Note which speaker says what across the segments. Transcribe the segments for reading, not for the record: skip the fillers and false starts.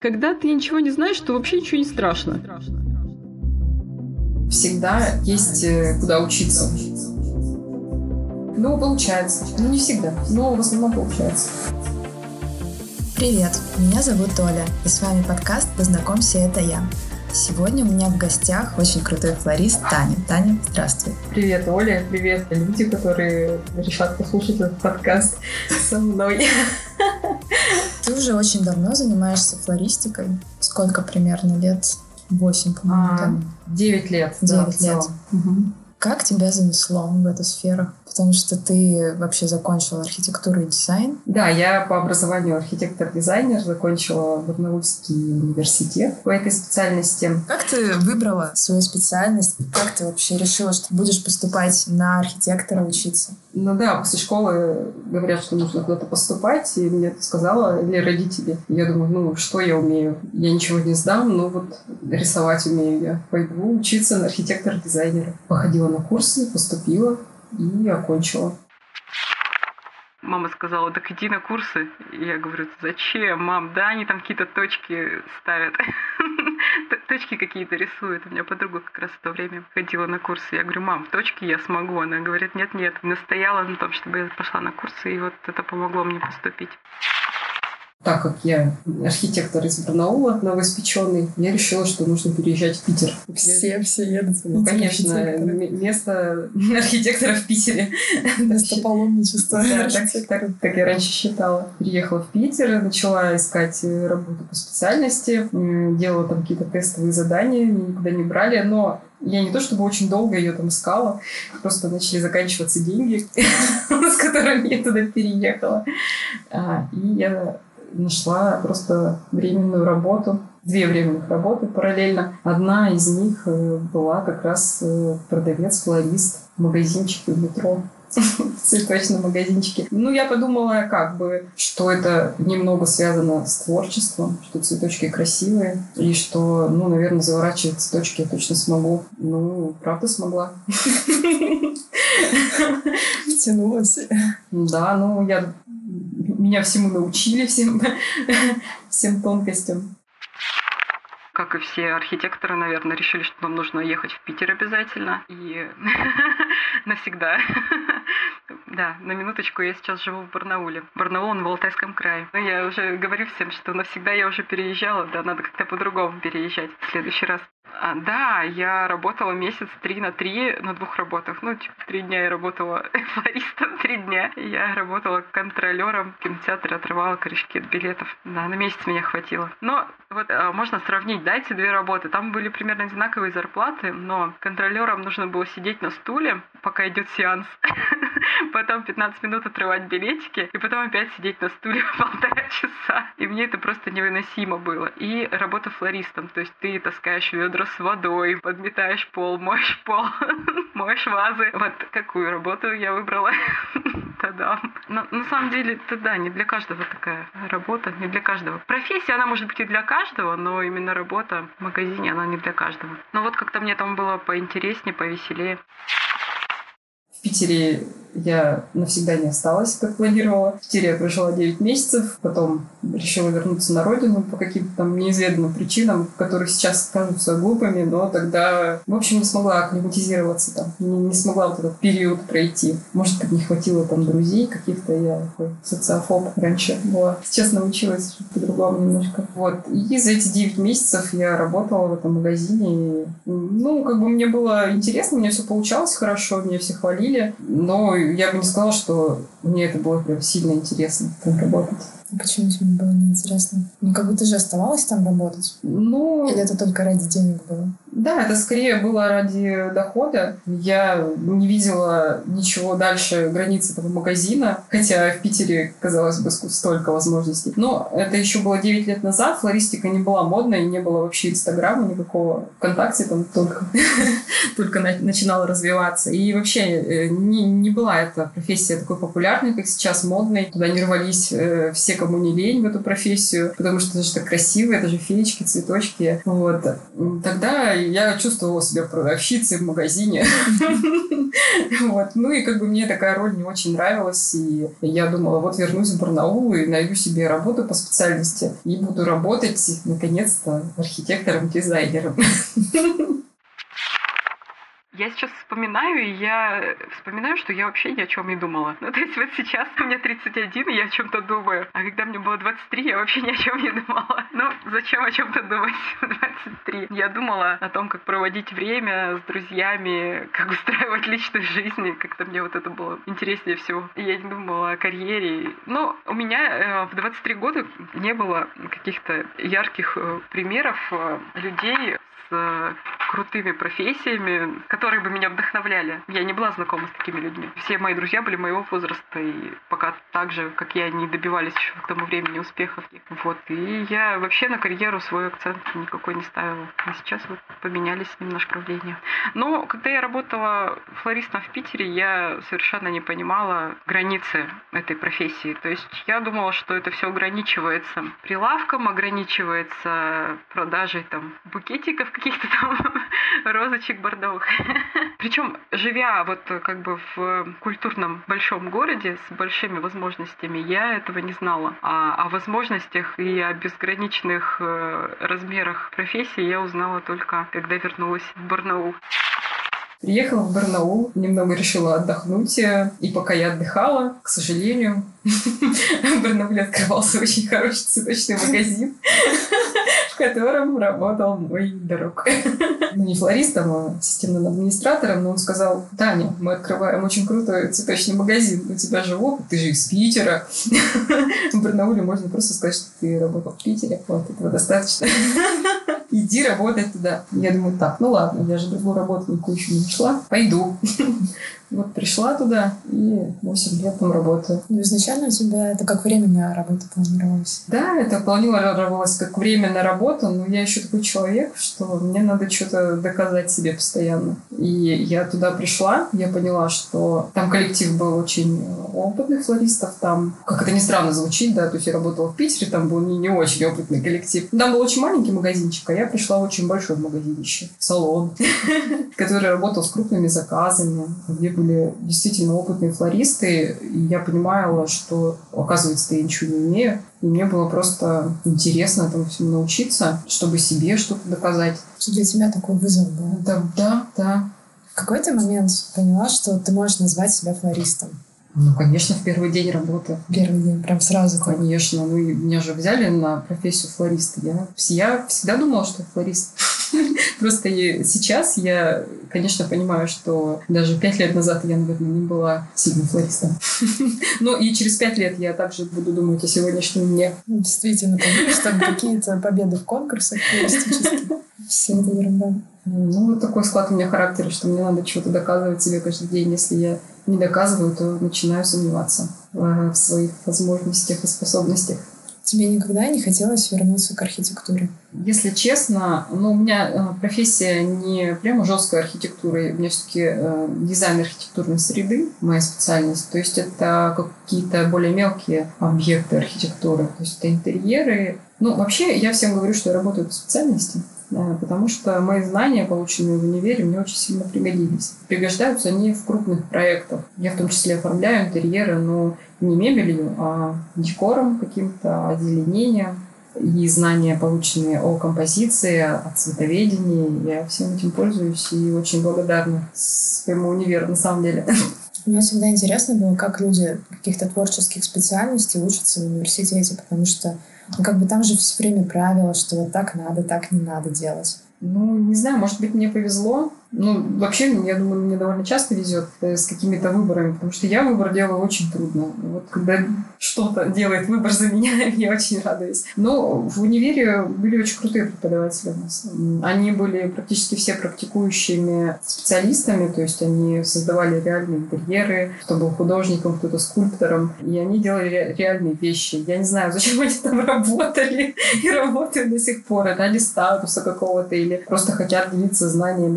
Speaker 1: Когда ты ничего не знаешь, то вообще ничего не страшно.
Speaker 2: Всегда есть куда учиться. Ну, получается. Ну, не всегда, но в основном получается.
Speaker 3: Привет, меня зовут Оля, и с вами подкаст «Познакомься, это я». Сегодня у меня в гостях очень крутой флорист Таня. Таня, здравствуй.
Speaker 2: Привет, Оля, привет, люди, которые решат послушать этот подкаст со мной.
Speaker 3: Ты уже очень давно занимаешься флористикой. Сколько примерно лет? 8, по-моему,
Speaker 2: 9 лет.
Speaker 3: 9 лет. Угу. Как тебя занесло в эту сферу? Потому что ты вообще закончила архитектуру и дизайн.
Speaker 2: Да, я по образованию архитектор-дизайнер, закончила Барнаульский университет по этой специальности.
Speaker 3: Как ты выбрала свою специальность? Как ты вообще решила, что будешь поступать на архитектора учиться?
Speaker 2: Ну да, после школы говорят, что нужно куда-то поступать, и мне это сказала или родители. Я думаю, что я умею? Я ничего не сдам, но вот рисовать умею я. Пойду учиться на архитектора-дизайнера. Походила на курсы, поступила и окончила.
Speaker 1: Мама сказала, так иди на курсы. И я говорю, зачем, мам? Да, они там какие-то точки ставят. Точки какие-то рисуют. У меня подруга как раз в то время ходила на курсы. Я говорю, мам, точки я смогу. Она говорит, нет-нет. Настояла на том, чтобы я пошла на курсы, и вот это помогло мне поступить.
Speaker 2: Так как я архитектор из Барнаула, новоиспеченный, я решила, что нужно переезжать в Питер.
Speaker 3: Все едут.
Speaker 2: Ну, конечно, место архитектора в Питере.
Speaker 3: Место паломничества.
Speaker 2: Да, так я раньше считала. Переехала в Питер, начала искать работу по специальности, делала там какие-то тестовые задания, меня никуда не брали, но я не то чтобы очень долго ее там искала, просто начали заканчиваться деньги, с которыми я туда переехала. И я нашла просто временную работу. 2 временных работы параллельно. Одна из них была как раз продавец-флорист в магазинчике в метро. В цветочном магазинчике. Я подумала, что это немного связано с творчеством, что цветочки красивые, и что, наверное, заворачивать цветочки я точно смогу. Правда смогла.
Speaker 3: Втянулась.
Speaker 2: Да, меня всему научили, всем тонкостям.
Speaker 1: Как и все архитекторы, наверное, решили, что нам нужно ехать в Питер обязательно. И навсегда. Да, на минуточку, я сейчас живу в Барнауле. Барнаул, он в Алтайском крае. Я уже говорю всем, что навсегда я уже переезжала, да, надо как-то по-другому переезжать в следующий раз. Да, я работала месяц 3 на 3 на 2 работах. 3 дня я работала флористом, 3 дня я работала контролером в кинотеатре, отрывала корешки от билетов. Да, на месяц меня хватило. Но вот можно сравнить, эти 2 работы. Там были примерно одинаковые зарплаты, но контролерам нужно было сидеть на стуле, пока идет сеанс. Потом 15 минут отрывать билетики, и потом опять сидеть на стуле 1,5 часа. И мне это просто невыносимо было. И работа флористом, то есть ты таскаешь ведра с водой, подметаешь пол, моешь пол, моешь вазы. Вот какую работу я выбрала. Та-дам. Но на самом деле, не для каждого такая работа, не для каждого. Профессия, она может быть и для каждого, но именно работа в магазине, она не для каждого. Но вот как-то мне там было поинтереснее, повеселее.
Speaker 2: В Питере я навсегда не осталась, как планировала. В Питере я прожила 9 месяцев, потом решила вернуться на родину по каким-то там неизведанным причинам, которые сейчас кажутся глупыми, но тогда, в общем, не смогла акклиматизироваться там, не смогла вот этот период пройти. Может, как не хватило там друзей каких-то, я такой социофоб раньше была. Сейчас научилась по-другому немножко. Вот. И за эти 9 месяцев я работала в этом магазине. И, мне было интересно, у меня все получалось хорошо, меня все хвалили, но я бы не сказала, что мне это было прям сильно интересно там работать.
Speaker 3: Почему тебе было неинтересно? Как будто же оставалась там работать? Или это только ради денег было?
Speaker 2: Да, это скорее было ради дохода. Я не видела ничего дальше границ этого магазина, хотя в Питере, казалось бы, столько возможностей. Но это еще было 9 лет назад, флористика не была модной, не было вообще Инстаграма никакого, ВКонтакте там только начинала развиваться. И вообще не была эта профессия такой популярной, как сейчас, модной. Туда не рвались все, никому не лень в эту профессию, потому что это же так красиво, это же феечки, цветочки. Вот. Тогда я чувствовала себя продавщицей в магазине. Вот. Ну и как бы мне такая роль не очень нравилась, и я думала, вот вернусь в Барнаул и найду себе работу по специальности и буду работать, наконец-то, архитектором-дизайнером.
Speaker 1: Я сейчас вспоминаю, что я вообще ни о чем не думала. Ну, то есть вот сейчас мне 31, и я о чем-то думаю. А когда мне было 23, я вообще ни о чем не думала. Ну, зачем о чем-то думать в 23? Я думала о том, как проводить время с друзьями, как устраивать личную жизнь. Как-то мне вот это было интереснее всего. И я не думала о карьере. Но у меня в 23 года не было каких-то ярких примеров людей с крутыми профессиями, которые бы меня вдохновляли. Я не была знакома с такими людьми. Все мои друзья были моего возраста, и пока так же, как я, не добивались еще к тому времени успехов. Вот. И я вообще на карьеру свой акцент никакой не ставила. А сейчас вот поменялись немножко направления. Но когда я работала флористом в Питере, я совершенно не понимала границы этой профессии. То есть я думала, что это все ограничивается прилавком, ограничивается продажей там букетиков каких-то там розочек бордовых. Причем, живя вот как бы в культурном большом городе с большими возможностями, я этого не знала. А о возможностях и о безграничных размерах профессии я узнала только, когда вернулась в Барнаул.
Speaker 2: Приехала в Барнаул, немного решила отдохнуть, и пока я отдыхала, к сожалению, в Барнауле открывался очень хороший цветочный магазин, в котором работал мой друг. Ну, не флористом, а системным администратором, но он сказал: Таня, мы открываем очень крутой цветочный магазин, у тебя же опыт, ты же из Питера. В Барнауле можно просто сказать, что ты работал в Питере, вот этого достаточно. Иди работать туда. Я думаю, так, ну ладно, я же другую работу никакую еще не нашла, пойду. Вот пришла туда и 8 лет там работаю.
Speaker 3: Ну, изначально у тебя это как временная работа планировалась?
Speaker 2: Да, это планировалось как временная работа, но я еще такой человек, что мне надо что-то доказать себе постоянно. И я туда пришла, я поняла, что там коллектив был очень опытных флористов, там, как это ни странно звучит, да, то есть я работала в Питере, там был не очень опытный коллектив. Там был очень маленький магазинчик, а я пришла в очень большой магазинище, салон, который работал с крупными заказами, где были действительно опытные флористы, и я понимала, что, оказывается, я ничего не умею, и мне было просто интересно этому всему научиться, чтобы себе что-то доказать.
Speaker 3: Что для тебя такой вызов был?
Speaker 2: Да.
Speaker 3: В какой-то момент поняла, что ты можешь назвать себя флористом?
Speaker 2: Ну, конечно, в первый день работы.
Speaker 3: Первый день, прям сразу?
Speaker 2: Конечно. Ну, и меня же взяли на профессию флориста. Я всегда думала, что я флорист. Просто сейчас я, конечно, понимаю, что даже 5 лет назад я, наверное, не была сильным флористом. Ну, и через 5 лет я также буду думать о сегодняшнем дне.
Speaker 3: Действительно, помнишь, там какие-то победы в конкурсах флористических. Все это ерунда.
Speaker 2: Ну, вот такой склад у меня характера, что мне надо чего-то доказывать себе каждый день. Если я не доказываю, то начинаю сомневаться в своих возможностях и способностях.
Speaker 3: Тебе никогда не хотелось вернуться к архитектуре?
Speaker 2: Если честно, у меня профессия не прямо жесткая архитектура. У меня все-таки дизайн архитектурной среды, моя специальность. То есть это какие-то более мелкие объекты архитектуры. То есть это интерьеры. Ну, вообще, я всем говорю, что я работаю по специальности, потому что мои знания, полученные в универе, мне очень сильно пригодились. Пригождаются они в крупных проектах. Я в том числе оформляю интерьеры, но не мебелью, а декором каким-то, озеленением. И знания, полученные о композиции, о цветоведении. Я всем этим пользуюсь и очень благодарна своему универу, на самом деле.
Speaker 3: Мне всегда интересно было, как люди каких-то творческих специальностей учатся в университете, потому что как бы там же все время правила, что вот так надо, так не надо делать.
Speaker 2: Ну, не знаю, может быть, мне повезло. Ну, вообще, я думаю, мне довольно часто везет с какими-то выборами, потому что я выбор делаю очень трудно. Вот когда что-то делает выбор за меня, я очень радуюсь. Но в универе были очень крутые преподаватели у нас. Они были практически все практикующими специалистами, то есть они создавали реальные интерьеры, кто был художником, кто-то скульптором, и они делали реальные вещи. Я не знаю, зачем они там работали и работают до сих пор. Это ли статуса какого-то, или просто хотят делиться знаниями, но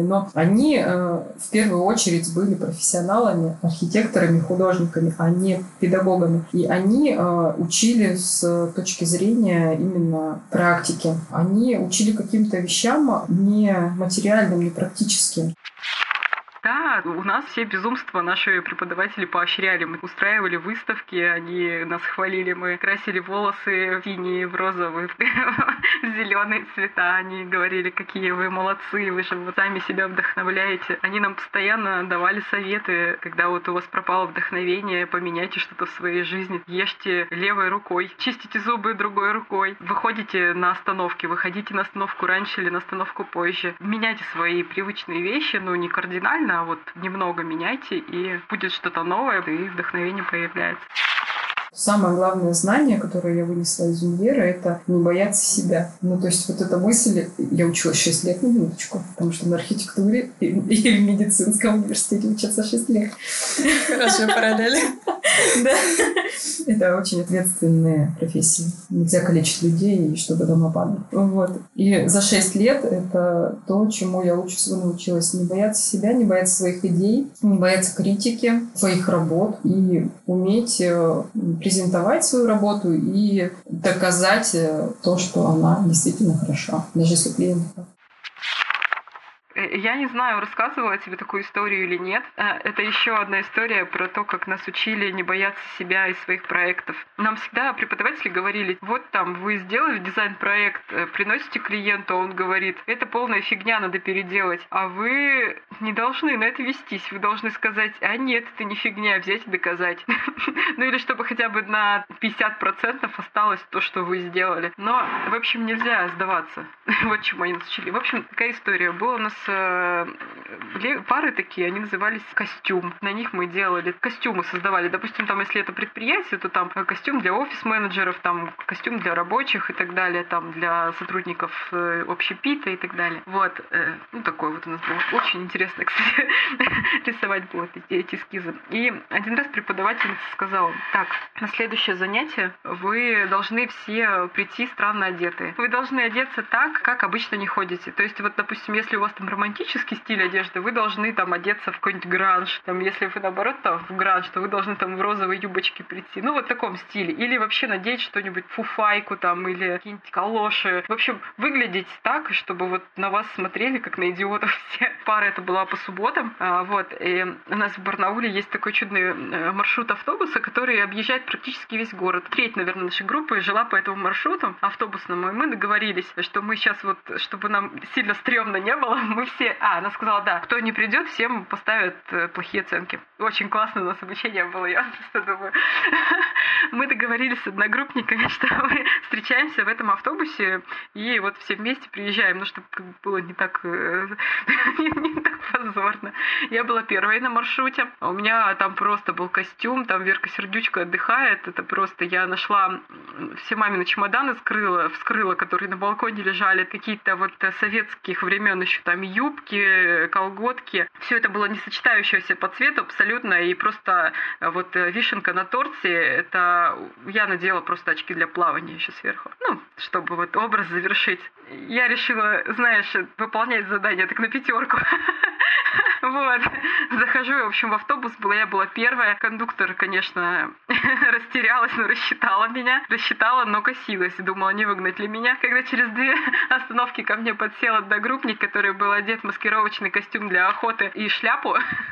Speaker 2: они в первую очередь были профессионалами, архитекторами, художниками, а не педагогами. И они учили с точки зрения именно практики. Они учили каким-то вещам не материальным, не практическим.
Speaker 1: Да, у нас все безумства наши преподаватели поощряли. Мы устраивали выставки, они нас хвалили. Мы красили волосы в синие, в розовые, в зеленые цвета. Они говорили, какие вы молодцы, вы же вот сами себя вдохновляете. Они нам постоянно давали советы, когда вот у вас пропало вдохновение, поменяйте что-то в своей жизни. Ешьте левой рукой, чистите зубы другой рукой. Выходите на остановки, выходите на остановку раньше или на остановку позже. Меняйте свои привычные вещи, но не кардинально, а вот немного меняйте, и будет что-то новое, и вдохновение появляется.
Speaker 2: Самое главное знание, которое я вынесла из универа, это не бояться себя. Ну, то есть вот эта мысль, я училась 6 лет, на минуточку, потому что на архитектуре и в медицинском университете учатся 6 лет.
Speaker 3: Хорошая параллель.
Speaker 2: Да. Это очень ответственная профессия. Нельзя калечить людей, чтобы дома падали. Вот. И за 6 лет это то, чему я лучше всего научилась. Не бояться себя, не бояться своих идей, не бояться критики, своих работ и уметь презентовать свою работу и доказать то, что она действительно хороша, даже если клиент.
Speaker 1: Я не знаю, рассказывала тебе такую историю или нет. Это еще одна история про то, как нас учили не бояться себя и своих проектов. Нам всегда преподаватели говорили, вот там вы сделали дизайн-проект, приносите клиенту, он говорит, это полная фигня, надо переделать. А вы не должны на это вестись, вы должны сказать, а нет, это не фигня, взять и доказать. Ну или чтобы хотя бы на 50% осталось то, что вы сделали. Но, в общем, нельзя сдаваться. Вот чему они нас учили. В общем, такая история. Была у нас пары такие, они назывались костюм. На них мы делали костюмы, создавали. Допустим, там, если это предприятие, то там костюм для офис-менеджеров, там костюм для рабочих и так далее, там для сотрудников общепита и так далее. Вот. Ну, такой вот у нас был. Очень интересно, кстати, рисовать было эти эскизы. И один раз преподавательница сказала, так, на следующее занятие вы должны все прийти странно одетые. Вы должны одеться так, как обычно не ходите. То есть, вот, допустим, если у вас там романтический стиль одежды, вы должны там одеться в какой-нибудь гранж. Там, если вы наоборот там в гранж, то вы должны там в розовой юбочке прийти. Ну, вот в таком стиле. Или вообще надеть что-нибудь, фуфайку там, или какие-нибудь калоши. В общем, выглядеть так, чтобы вот на вас смотрели, как на идиотов все. Пара это была по субботам. Вот. И у нас в Барнауле есть такой чудный маршрут автобуса, который объезжает практически весь город. Треть, наверное, нашей группы жила по этому маршруту автобусному. И мы договорились, что мы сейчас вот, чтобы нам сильно стрёмно не было, мы все... она сказала, да, кто не придет, всем поставят плохие оценки. Очень классно у нас обучение было, я просто думаю. Мы договорились с одногруппниками, что мы встречаемся в этом автобусе и вот все вместе приезжаем, ну, чтобы было не так позорно. Я была первой на маршруте, у меня там просто был костюм, там Верка Сердючка отдыхает, это просто я нашла все мамины чемоданы, вскрыла, которые на балконе лежали, какие-то вот советских времен еще там юбки, колготки. Все это было не сочетающееся по цвету абсолютно, и просто вот вишенка на торте, это я надела просто очки для плавания еще сверху. Ну, чтобы вот образ завершить. Я решила, знаешь, выполнять задание так на 5. Вот. Захожу, в общем, в автобус, я была первая. Кондуктор, конечно, растерялась, но рассчитала меня. Рассчитала, но косилась. Думала, не выгнать ли меня. Когда через 2 остановки ко мне подсел одногруппник, который был одет в маскировочный костюм для охоты и шляпу,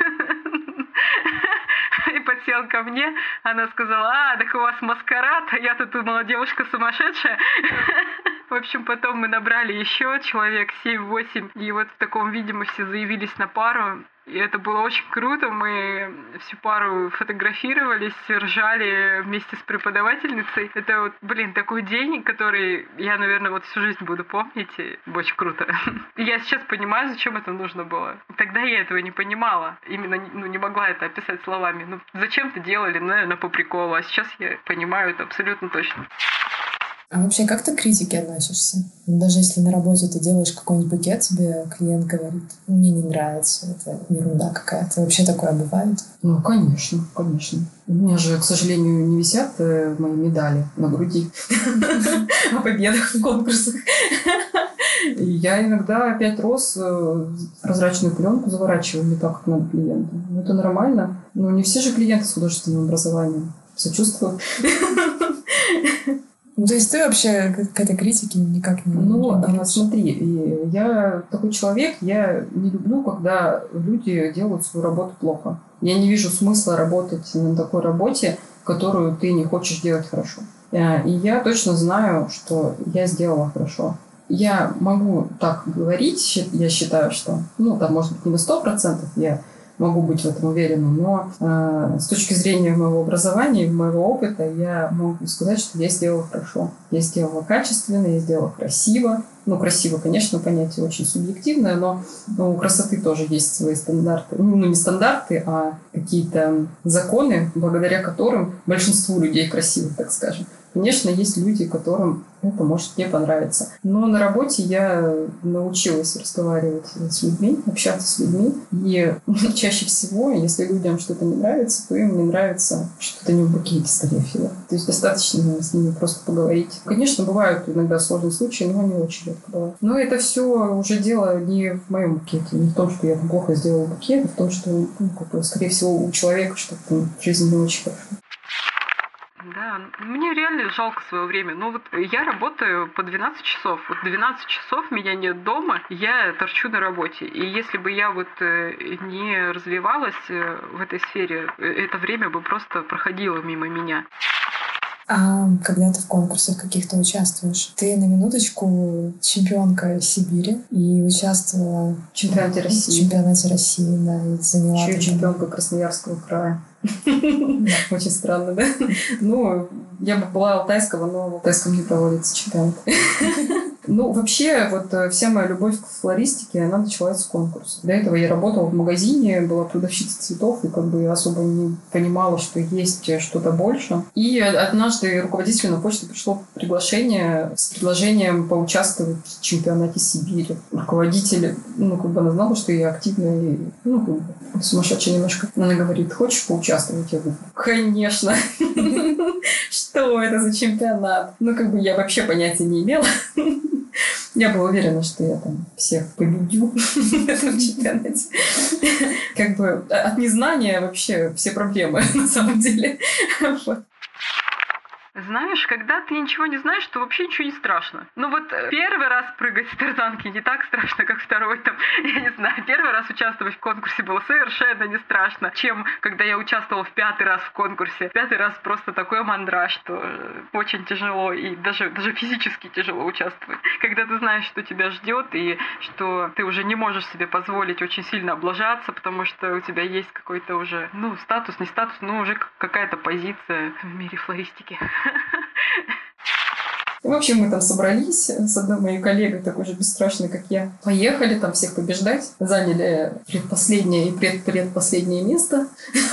Speaker 1: и подсел ко мне, она сказала, так у вас маскарад, а я тут думала, девушка сумасшедшая. В общем, потом мы набрали еще человек 7-8, и вот в таком виде мы все заявились на пару. И это было очень круто, мы всю пару фотографировались, ржали вместе с преподавательницей. Это вот, такой день, который я, наверное, вот всю жизнь буду помнить, и очень круто. И я сейчас понимаю, зачем это нужно было. Тогда я этого не понимала, именно не могла это описать словами. Зачем-то делали, наверное, по приколу, а сейчас я понимаю это абсолютно точно.
Speaker 3: А вообще, как ты к критике относишься? Даже если на работе ты делаешь какой-нибудь букет, тебе клиент говорит, мне не нравится, это ерунда какая-то. Вообще такое бывает?
Speaker 2: Ну, конечно. У меня же, к сожалению, не висят мои медали на груди о победах в конкурсах. И я иногда 5 роз прозрачную пленку заворачиваю не так, как надо клиенту. Ну, это нормально. Но не все же клиенты с художественным образованием. Сочувствую.
Speaker 3: Ну, то есть ты вообще к этой критике никак не...
Speaker 2: Ну, смотри, я такой человек, я не люблю, когда люди делают свою работу плохо. Я не вижу смысла работать на такой работе, которую ты не хочешь делать хорошо. И я точно знаю, что я сделала хорошо. Я могу так говорить, я считаю, что, ну, там, может быть, не на 100%, я могу быть в этом уверена, но с точки зрения моего образования и моего опыта я могу сказать, что я сделала хорошо. Я сделала качественно, я сделала красиво. Ну, красиво, конечно, понятие очень субъективное, но у красоты тоже есть свои стандарты. Ну, не стандарты, а какие-то законы, благодаря которым большинству людей красиво, так скажем. Конечно, есть люди, которым это может не понравиться. Но на работе я научилась разговаривать с людьми, общаться с людьми. И чаще всего, если людям что-то не нравится, то им не нравится что-то не в букете столефила. То есть достаточно с ними просто поговорить. Конечно, бывают иногда сложные случаи, но они очень редко бывают. Но это все уже дело не в моем букете, не в том, что я плохо сделала букет, а в том, что, скорее всего, у человека что-то в жизни не очень хорошо.
Speaker 1: Да, мне реально жалко свое время. Но вот я работаю по 12 часов. Вот 12 часов меня нет дома, я торчу на работе. И если бы я вот не развивалась в этой сфере, это время бы просто проходило мимо меня.
Speaker 3: А когда ты в конкурсах каких-то участвуешь, ты на минуточку чемпионка Сибири и участвовала
Speaker 2: в чемпионате
Speaker 3: России, да, и заняла...
Speaker 2: Еще чемпионка Красноярского края. Очень странно, да? Ну, я бы была Алтайского, но в Алтайском не проводится чемпионат. Ну, вообще, вот вся моя любовь к флористике, она началась с конкурса. До этого я работала в магазине, была продавщицей цветов и как бы особо не понимала, что есть что-то больше. И однажды руководителю на почту пришло приглашение с предложением поучаствовать в чемпионате Сибири. Руководитель, ну, как бы она знала, что я активная и, ну, как бы сумасшедшая немножко. Она говорит: хочешь поучаствовать? Я говорю: конечно. Что это за чемпионат? Ну, как бы я вообще понятия не имела. Я была уверена, что я там всех победю в этом чемпионате. Как бы от незнания вообще все проблемы на самом деле.
Speaker 1: Знаешь, когда ты ничего не знаешь, то вообще ничего не страшно. Ну вот первый раз прыгать с тарзанки не так страшно, как второй там, я не знаю, первый раз участвовать в конкурсе было совершенно не страшно, чем когда я участвовала в 5-й раз в конкурсе. 5-й раз просто такой мандраж, что очень тяжело и даже физически тяжело участвовать. Когда ты знаешь, что тебя ждет и что ты уже не можешь себе позволить очень сильно облажаться, потому что у тебя есть какой-то уже, ну, статус, не статус, но уже какая-то позиция в мире флористики.
Speaker 2: В общем, мы там собрались с одной моей коллегой, такой же бесстрашной, как я. Поехали там всех побеждать. Заняли предпоследнее и предпредпоследнее место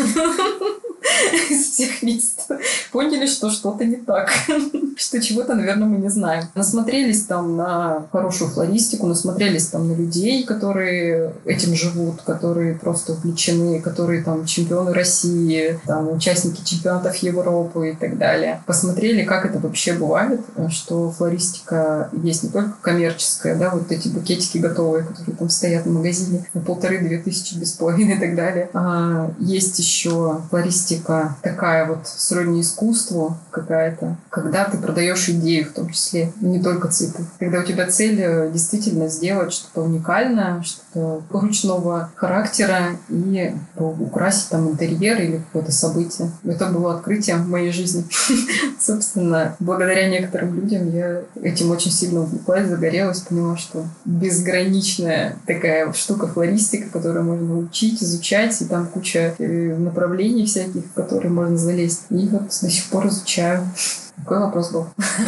Speaker 2: из всех мест. Поняли, что что-то не так. Что чего-то, наверное, мы не знаем. Насмотрелись там на хорошую флористику, насмотрелись там на людей, которые этим живут, которые просто увлечены, которые там чемпионы России, там участники чемпионатов Европы и так далее. Посмотрели, как это вообще бывает, что флористика есть не только коммерческая, да, вот эти букетики готовые, которые там стоят в магазине на 1500-2000, без половины и так далее. А есть еще флористика такая вот сродни искусству какая-то, когда ты продаешь идею в том числе, не только цветы. Когда у тебя цель действительно сделать что-то уникальное, что-то ручного характера и украсить там интерьер или какое-то событие. Это было открытием в моей жизни. Собственно, благодаря некоторым людям я этим очень сильно увлеклась, загорелась, поняла, что безграничная такая штука флористика, которую можно учить, изучать, и там куча направлений всяких, в которые можно залезть. И вот до сих пор изучаю. Какой вопрос был?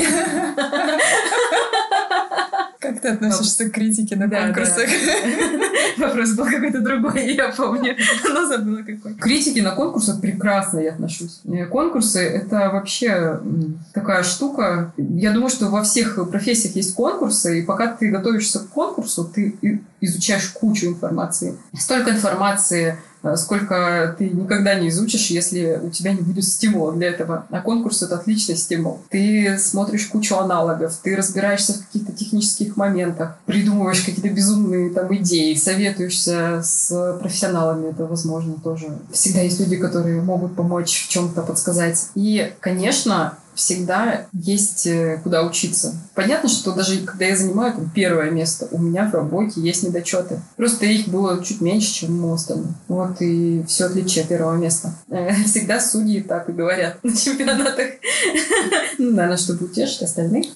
Speaker 3: Как ты относишься к критике на конкурсах?
Speaker 2: Вопрос был какой-то другой, я помню. Но забыла какой. К критике на конкурсах прекрасно я отношусь. Конкурсы — это вообще такая штука. Я думаю, что во всех профессиях есть конкурсы, и пока ты готовишься к конкурсу, ты изучаешь кучу информации. Столько информации сколько ты никогда не изучишь, если у тебя не будет стимула для этого. А конкурс — это отличный стимул. Ты смотришь кучу аналогов, ты разбираешься в каких-то технических моментах, придумываешь какие-то безумные там идеи, советуешься с профессионалами, это возможно тоже. Всегда есть люди, которые могут помочь в чем-то подсказать. И, конечно, всегда есть куда учиться. Понятно, что даже когда я занимаю там первое место, у меня в работе есть недочеты. Просто их было чуть меньше, чем у остальных. Вот и все отличие первого места. Всегда судьи так и говорят на чемпионатах. Ну, наверное, чтобы утешить остальных.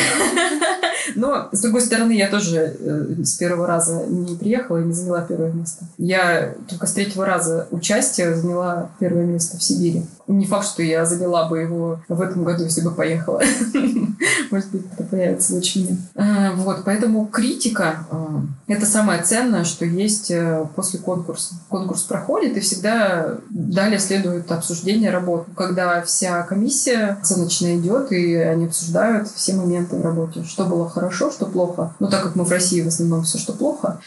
Speaker 2: Но, с другой стороны, я тоже с первого раза не приехала и не заняла первое место. Я только с третьего раза участия заняла первое место в Сибири. Не факт, что я заняла бы его в этом году, если бы поехала. Может быть, это появится лучше мне. Вот, поэтому критика — это самое ценное, что есть после конкурса. Конкурс проходит, и всегда далее следует обсуждение работы. Когда вся комиссия оценочная идет, и они обсуждают все моменты в работе. Что было хорошо, что плохо. Ну, так как мы в России в основном все, что плохо,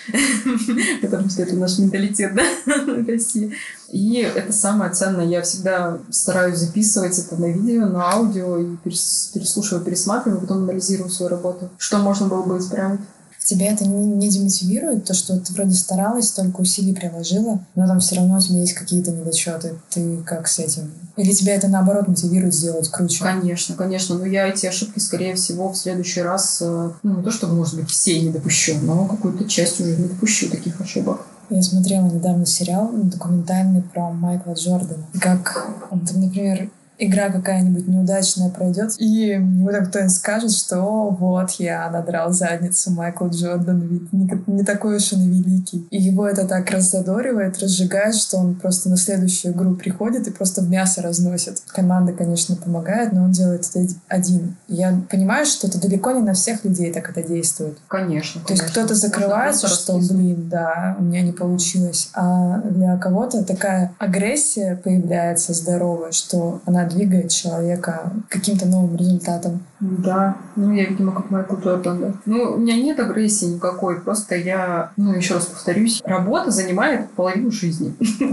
Speaker 2: потому что это наш менталитет, да, в России. И это самое ценное. Я всегда стараюсь записывать это на видео, на аудио, и переслушиваю, пересматриваю, потом анализирую свою работу. Что можно было бы исправить?
Speaker 3: Тебя это не демотивирует, то, что ты вроде старалась, столько усилий приложила, но там все равно у тебя есть какие-то недочеты. Ты как с этим? Или тебя это, наоборот, мотивирует сделать круче?
Speaker 2: Конечно, конечно. Но я эти ошибки, скорее всего, в следующий раз, не то чтобы, может быть, все не допущу, но какую-то часть уже не допущу таких ошибок.
Speaker 3: Я смотрела недавно сериал документальный про Майкла Джордана. Как, например, игра какая-нибудь неудачная пройдет, и ему там кто-нибудь скажет, что вот, я надрал задницу Майклу Джордану, ведь не такой уж он и великий. И его это так раззадоривает, разжигает, что он просто на следующую игру приходит и просто в мясо разносит. Команда, конечно, помогает, но он делает это один. Я понимаю, что это далеко не на всех людей так это действует.
Speaker 2: Конечно.
Speaker 3: То есть кто-то закрывается, что, блин, да, у меня не получилось. А для кого-то такая агрессия появляется здоровая, что она двигает человека к каким-то новым результатам.
Speaker 2: Да, я, видимо, как Майкл Джордан, да. У меня нет агрессии никакой, просто я, еще раз повторюсь, работа занимает половину жизни.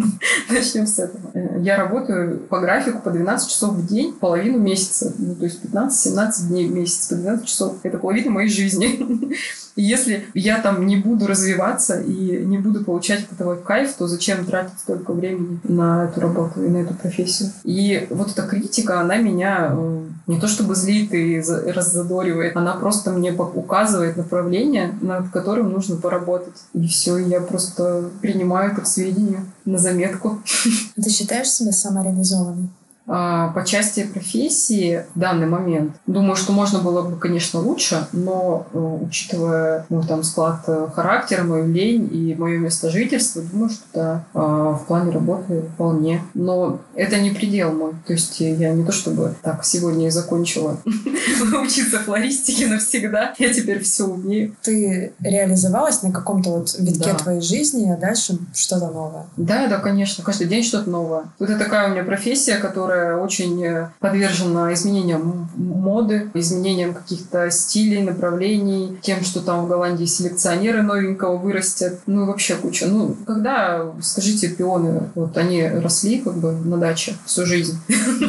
Speaker 2: Начнем с этого. Я работаю по графику по 12 часов в день, половину месяца, то есть 15-17 дней в месяц, по 12 часов. Это половина моей жизни. И если я там не буду развиваться и не буду получать от этого кайф, то зачем тратить столько времени на эту работу и на эту профессию? И вот эта критика, она меня не то чтобы злит и раззадоривает, она просто мне указывает направление, над которым нужно поработать. И все, я просто принимаю это к сведению, на заметку.
Speaker 3: Ты считаешь себя самореализованной?
Speaker 2: По части профессии в данный момент, думаю, что можно было бы, конечно, лучше, но учитывая склад характера, мою лень и мое место жительства, думаю, что да, в плане работы вполне. Но это не предел мой. То есть я не то чтобы так сегодня и закончила учиться флористике навсегда. Я теперь все умею.
Speaker 3: Ты реализовалась на каком-то витке твоей жизни, а дальше что-то новое?
Speaker 2: Да, конечно. Каждый день что-то новое. Вот это такая у меня профессия, которая очень подвержена изменениям моды, изменениям каких-то стилей, направлений, тем, что там в Голландии селекционеры новенького вырастят. И вообще куча. Когда, скажите, пионы, они росли на даче всю жизнь.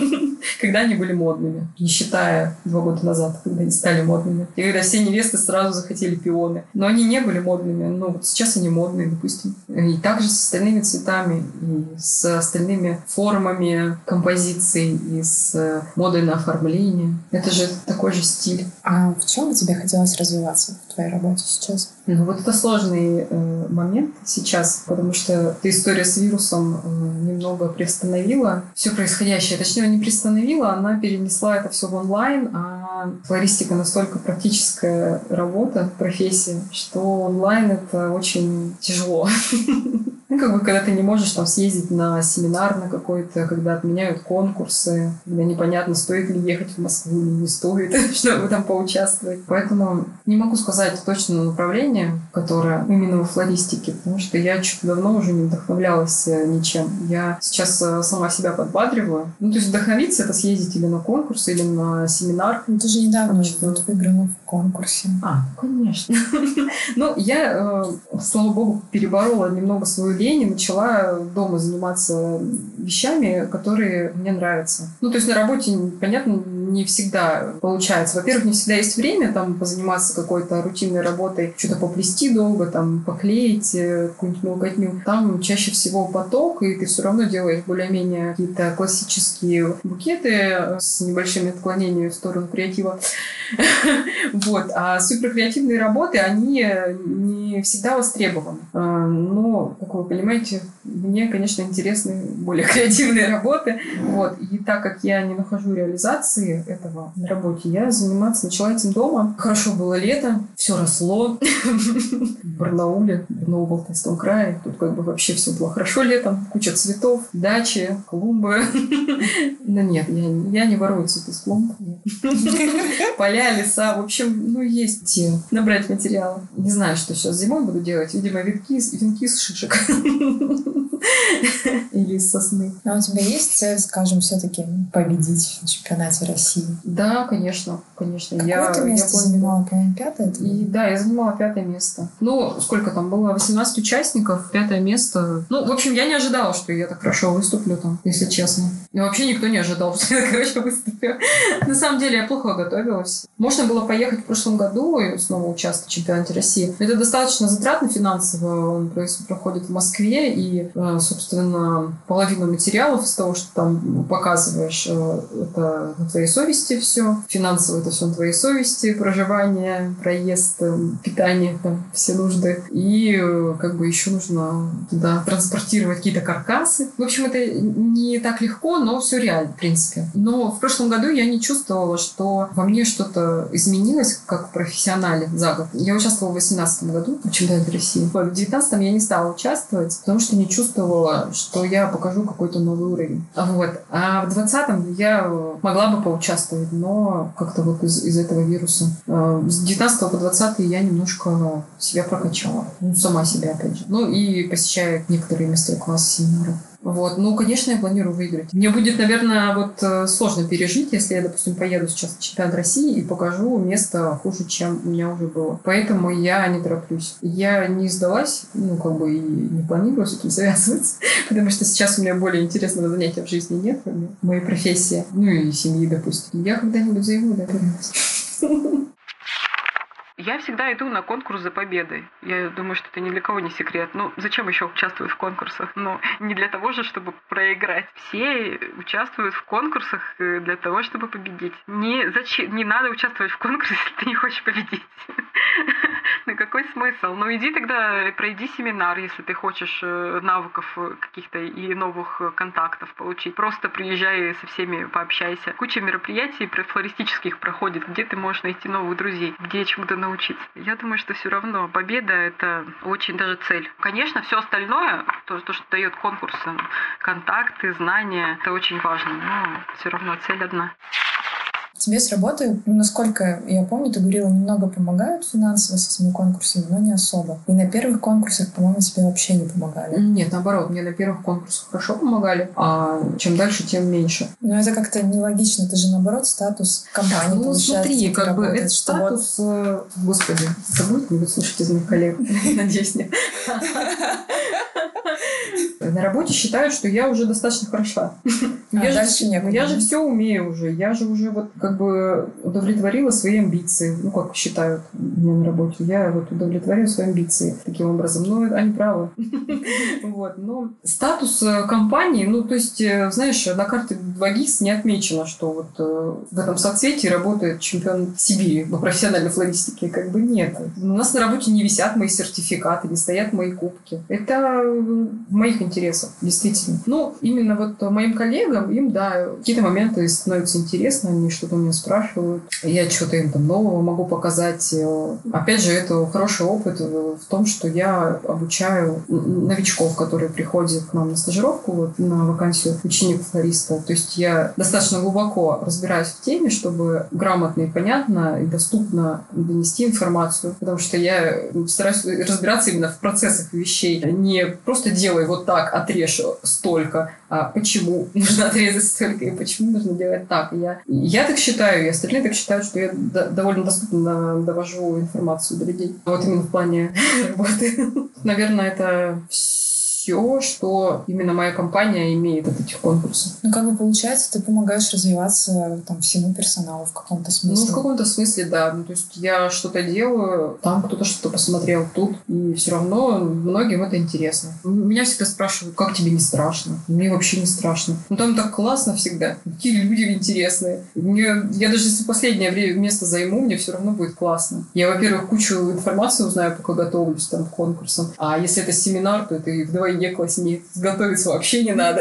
Speaker 2: Когда они были модными, не считая 2 года назад, когда они стали модными. И когда все невесты сразу захотели пионы. Но они не были модными. Сейчас они модные, допустим. И также с остальными цветами, и с остальными формами композиций, и с модой на оформление. Это же такой же стиль.
Speaker 3: А в чем бы тебе хотелось развиваться в твоей работе сейчас?
Speaker 2: Вот это сложный момент сейчас, потому что эта история с вирусом немного приостановила все происходящее. Точнее, не приостановила, она перенесла это все в онлайн, а флористика настолько практическая работа, профессия, что онлайн это очень тяжело. Когда ты не можешь съездить на семинар на какой-то, когда отменяют конкурсы, когда непонятно, стоит ли ехать в Москву или не стоит, чтобы там поучаствовать. Поэтому не могу сказать точное направление, которое именно во флористике, потому что я что-то давно уже не вдохновлялась ничем. Я сейчас сама себя подбадриваю. То есть вдохновиться — это съездить или на конкурс, или на семинар.
Speaker 3: Ты же недавно выиграла в конкурсе.
Speaker 2: Конечно. Я, слава богу, переборола немного свою лень и начала дома заниматься вещами, которые мне нравятся. Ну, то есть на работе, понятно, не всегда получается. Во-первых, не всегда есть время там позаниматься какой-то рутинной работой, что-то поплести долго, там поклеить какую-нибудь мелкотню. Там чаще всего поток, и ты все равно делаешь более-менее какие-то классические букеты с небольшими отклонениями в сторону креатива. Вот. А суперкреативные работы, они не всегда востребованы. Но, как вы понимаете, мне, конечно, интересны более креативные работы. Вот. И так как я не нахожу реализации этого на работе, я заниматься начала этим дома. Хорошо было лето, все росло в Барнауле, в Новоалтайском крае. Тут как бы вообще все было хорошо летом. Куча цветов, дачи, клумбы. Но нет, я не ворую цветы с клумб. Поля, леса. В общем, ну, есть где набрать материала. Не знаю, что сейчас зимой буду делать. Видимо, венки из шишек. Или из сосны.
Speaker 3: А у тебя есть цель, скажем, все-таки победить в чемпионате России?
Speaker 2: Да, конечно.
Speaker 3: Какое ты место занимала? По-моему, 5-е?
Speaker 2: Да, я занимала 5-е место. Ну, сколько там было? 18 участников, 5-е место. Ну, в общем, я не ожидала, что я так хорошо выступлю там, если честно. И вообще никто не ожидал, что я так хорошо выступлю. На самом деле, я плохо готовилась. Можно было поехать в прошлом году и снова участвовать в чемпионате России. Это достаточно затратно финансово. Он проходит в Москве, и, собственно, половину материалов из того, что там показываешь, это на твоей совести все. Финансово это все на твоей совести. Проживание, проезд, питание, там, все нужды. И как бы еще нужно туда транспортировать какие-то каркасы. В общем, это не так легко, но все реально, в принципе. Но в прошлом году я не чувствовала, что во мне что-то изменилось как профессионале за год. Я участвовала в 2018 году в чемпионате России. В 2019 я не стала участвовать, потому что не чувствовала, что я покажу какой-то новый уровень. Вот. А в 2020 я могла бы поучаствовать, но как-то вот из этого вируса. С 19 по 20 я немножко себя прокачала. Ну, сама себя, опять же. Ну, и посещая некоторые мастер-классы, семинары. Вот. Ну, конечно, я планирую выиграть. Мне будет, наверное, вот сложно пережить, если я, допустим, поеду сейчас в чемпионат России и покажу место хуже, чем у меня уже было. Поэтому я не тороплюсь. Я не сдалась, ну, как бы и не планирую с этим завязываться, потому что сейчас у меня более интересного занятия в жизни нет, кроме моей профессии, ну и семьи, допустим. Я когда-нибудь займу, да,
Speaker 1: Я всегда иду на конкурс за победой. Я думаю, что это ни для кого не секрет. Ну, зачем еще участвовать в конкурсах? Ну, не для того же, чтобы проиграть. Все участвуют в конкурсах для того, чтобы победить. Не надо участвовать в конкурсе, если ты не хочешь победить. Ну, какой смысл? Ну, иди тогда, пройди семинар, если ты хочешь навыков каких-то и новых контактов получить. Просто приезжай со всеми, пообщайся. Куча мероприятий флористических проходит, где ты можешь найти новых друзей, где чему-то научиться. Я думаю, что все равно победа — это очень даже цель. Конечно, все остальное, то, что дает конкурс, контакты, знания, это очень важно, но все равно цель одна.
Speaker 3: Тебе с работы, насколько я помню, ты говорила, немного помогают финансово с этими конкурсами, но не особо. И на первых конкурсах, по-моему, тебе вообще не помогали.
Speaker 2: Нет, наоборот, мне на первых конкурсах хорошо помогали, а чем дальше, тем меньше.
Speaker 3: Но это как-то нелогично. Ты же, наоборот, статус компании
Speaker 2: ну,
Speaker 3: получает.
Speaker 2: Смотри, как бы
Speaker 3: работает,
Speaker 2: это статус... Вот... Господи, это будет не слышать из моих коллег? Надеюсь, нет. На работе считают, что я уже достаточно хороша. Я же все умею уже. Я же уже вот как бы удовлетворила свои амбиции. Ну, как считают меня на работе. Я вот удовлетворила свои амбиции таким образом. Но они правы. Вот. Но статус компании, ну, то есть, знаешь, на карте 2GIS не отмечено, что вот в этом соцсети работает чемпион Сибири по профессиональной флористике. Как бы нет. У нас на работе не висят мои сертификаты, не стоят мои кубки. Это в моих интересах, действительно. Ну, именно вот моим коллегам, им, да, какие-то моменты становятся интересны, они что-то у меня спрашивают, я что-то им там нового могу показать. Опять же, это хороший опыт в том, что я обучаю новичков, которые приходят к нам на стажировку, вот, на вакансию ученик-флориста. То есть я достаточно глубоко разбираюсь в теме, чтобы грамотно и понятно и доступно донести информацию, потому что я стараюсь разбираться именно в процессах вещей, не просто делай вот так, отрежь столько, а почему нужно отрезать столько и почему нужно делать так. Я так считаю, и остальные так считают, что я довольно доступно довожу информацию до людей. Вот именно в плане работы. Наверное, это все, все, что именно моя компания имеет от этих конкурсов.
Speaker 3: Ну, как бы получается, ты помогаешь развиваться там всему персоналу в каком-то смысле.
Speaker 2: Ну, в каком-то смысле, да. Ну, то есть я что-то делаю, там кто-то что-то посмотрел, тут, и все равно многим это интересно. Меня всегда спрашивают, как тебе не страшно? Мне вообще не страшно. Ну, там так классно всегда. Какие люди интересные. Я даже если последнее время место займу, мне все равно будет классно. Я, во-первых, кучу информации узнаю, пока готовлюсь там к конкурсам. А если это семинар, то это и вдвойне класснее. Готовиться вообще не надо.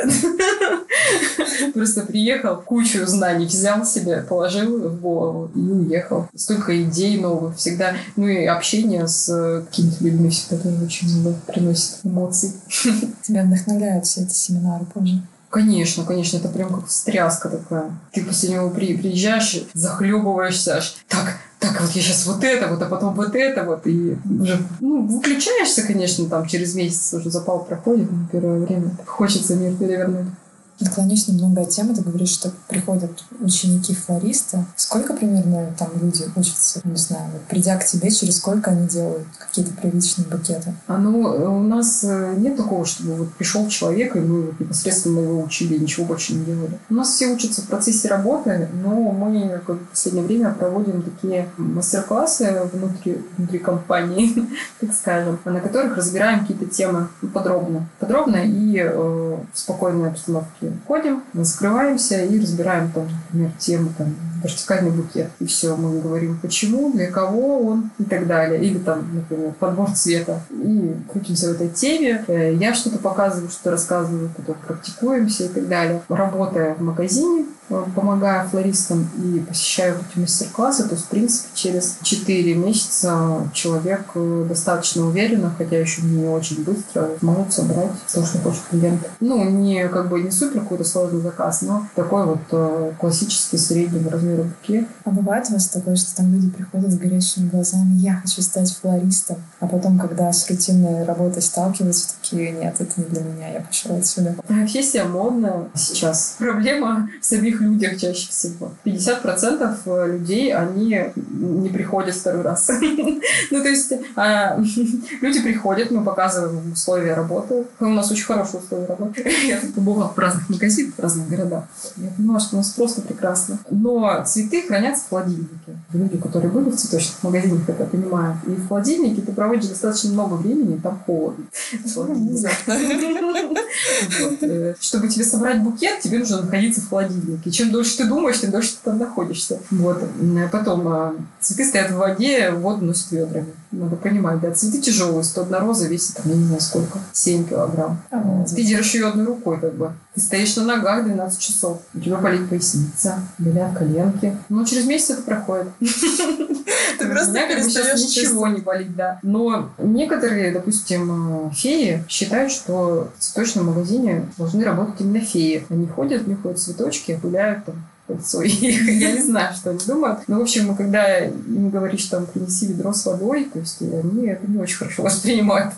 Speaker 2: Просто приехал, кучу знаний взял себе, положил в голову и уехал. Столько идей новых всегда. Ну и общение с какими-то людьми всегда тоже очень много приносит эмоций.
Speaker 3: Тебя вдохновляют все эти семинары позже?
Speaker 2: Конечно, конечно, это прям как встряска такая. Ты после него приезжаешь, захлебываешься аж. Так, вот я сейчас вот это вот, а потом вот это вот. И уже, выключаешься, конечно, там через месяц уже запал проходит на первое время. Хочется мир перевернуть.
Speaker 3: Отклонюсь немного от темы. Ты говоришь, что приходят ученики-флориста. Сколько примерно там люди учатся? Не знаю, вот придя к тебе, через сколько они делают какие-то привычные букеты?
Speaker 2: У нас нет такого, чтобы вот пришел человек, и мы вот непосредственно его учили, ничего больше не делали. У нас все учатся в процессе работы, но мы в последнее время проводим такие мастер-классы внутри компании, так скажем, на которых разбираем какие-то темы подробно. Подробно и в спокойной обстановке. Ходим, закрываемся и разбираем там, например, тему там, вертикальный букет. И все, мы говорим, почему, для кого он и так далее. Или там, например, подбор цвета. И крутимся в этой теме. Я что-то показываю, что-то рассказываю, потом практикуемся и так далее. Работая в магазине, помогая флористам и посещаю эти мастер-классы, то есть, в принципе, через 4 месяца человек достаточно уверенно, хотя еще не очень быстро, может собрать то, что хочет клиент. Не супер какой-то сложный заказ, но такой вот классический среднего размера букет.
Speaker 3: А бывает у вас такое, что там люди приходят с горящими глазами, я хочу стать флористом, а потом, когда с рутинной работой сталкиваются, такие, нет, это не для меня, я пошел отсюда.
Speaker 2: Профессия модная сейчас. Проблема в самих людях чаще всего. 50% людей, они не приходят второй раз. Ну, то есть люди приходят, мы показываем им условия работы. У нас очень хорошие условия работы. Я побывала в разных магазинах, в разных городах. Я поняла, что у нас просто прекрасно. Но цветы хранятся в холодильнике. Люди, которые были в цветочных магазинах, это понимают. И в холодильнике ты проводишь достаточно много времени, и там холодно. Чтобы тебе собрать букет, тебе нужно находиться в холодильнике. И чем дольше ты думаешь, тем дольше ты там находишься. Вот. Потом цветы стоят в воде, воду носят ведрами. Надо понимать, да, цветы тяжелые. 101 роза весит, там, я не знаю сколько, 7 килограмм. Ты держишь ее одной рукой, как бы. Ты стоишь на ногах 12 часов. У тебя болит поясница, болят коленки. Но через месяц это проходит.
Speaker 3: Ты просто перестаешь
Speaker 2: ничего не болит, да. Но некоторые, допустим, феи считают, что в цветочном магазине должны работать именно феи. Они ходят, нюхают цветочки, гуляют там. Я не знаю, что они думают. Но, в общем, когда им говоришь, там, принеси ведро с водой, то есть они это не очень хорошо воспринимают.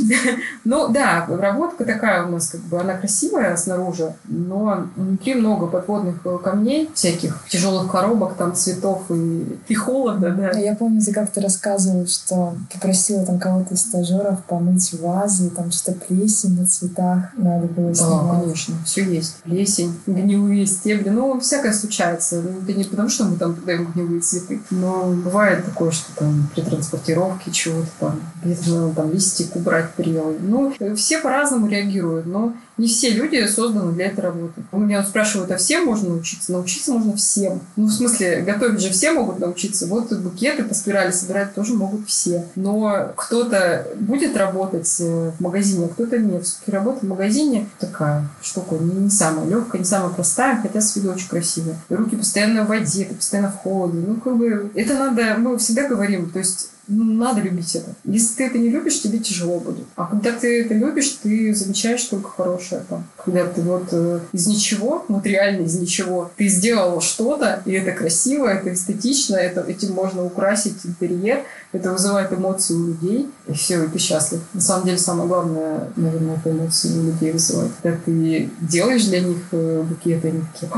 Speaker 2: Ну, да, обработка такая у нас, как бы, она красивая снаружи, но внутри много подводных камней, всяких тяжелых коробок, там, цветов и холода, да.
Speaker 3: Я помню, ты как-то рассказывала, что попросила там кого-то из стажеров помыть вазы, там что-то плесень на цветах надо было снимать.
Speaker 2: Да, конечно, все есть. Плесень, гнилые стебли, ну, всякое случается. Это не потому, что мы там продаем гнилые цветы, но бывает такое, что там при транспортировке чего-то там где-то надо там листик убрать прелый. Ну, все по-разному реагируют, но не все люди созданы для этой работы. У меня спрашивают, а всем можно научиться? Научиться можно всем. Ну, в смысле, готовить же все могут научиться. Вот букеты по спирали собирать тоже могут все. Но кто-то будет работать в магазине, а кто-то нет. Все-таки работа в магазине такая штука не самая легкая, не самая простая, хотя с виду очень красивая. И руки постоянно в воде, ты постоянно в холоде. Ну, как бы, это надо, мы всегда говорим, то есть надо любить это. Если ты это не любишь, тебе тяжело будет. А когда ты это любишь, ты замечаешь только хорошее там. Когда ты вот из ничего, вот реально из ничего, ты сделал что-то, и это красиво, это эстетично, этим можно украсить интерьер, это вызывает эмоции у людей, и все, и ты счастлив. На самом деле, самое главное, наверное, это эмоции у людей вызывает. Когда ты делаешь для них букеты, они такие...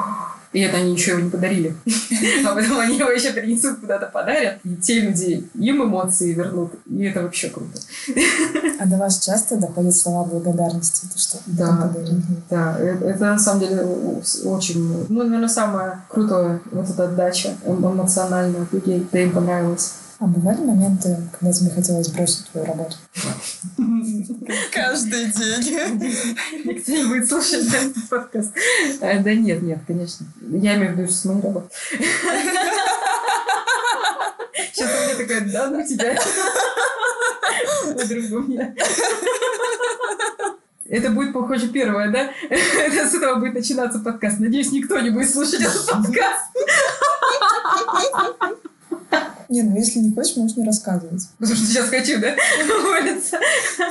Speaker 2: И это они еще его не подарили. А потом они его еще принесут, куда-то подарят. И те люди им эмоции вернут. И И это вообще круто.
Speaker 3: А до вас часто доходят слова благодарности? То, что
Speaker 2: да, это на самом деле очень... Ну, наверное, самое крутое вот эта отдача эмоциональная от людей. Да им понравилось.
Speaker 3: А бывали моменты, когда тебе хотелось бросить твою работу? Каждый день.
Speaker 2: Никто не будет слушать этот подкаст. Да нет, конечно. Я имею в виду с моей работой. Сейчас у меня такая, да, ну тебя. Подруга у меня. Это будет, похоже, первое, да? С этого будет начинаться подкаст. Надеюсь, никто не будет слушать этот подкаст.
Speaker 3: Не, ну если не хочешь, можешь не рассказывать.
Speaker 2: Потому что сейчас хочу, да? Уволиться.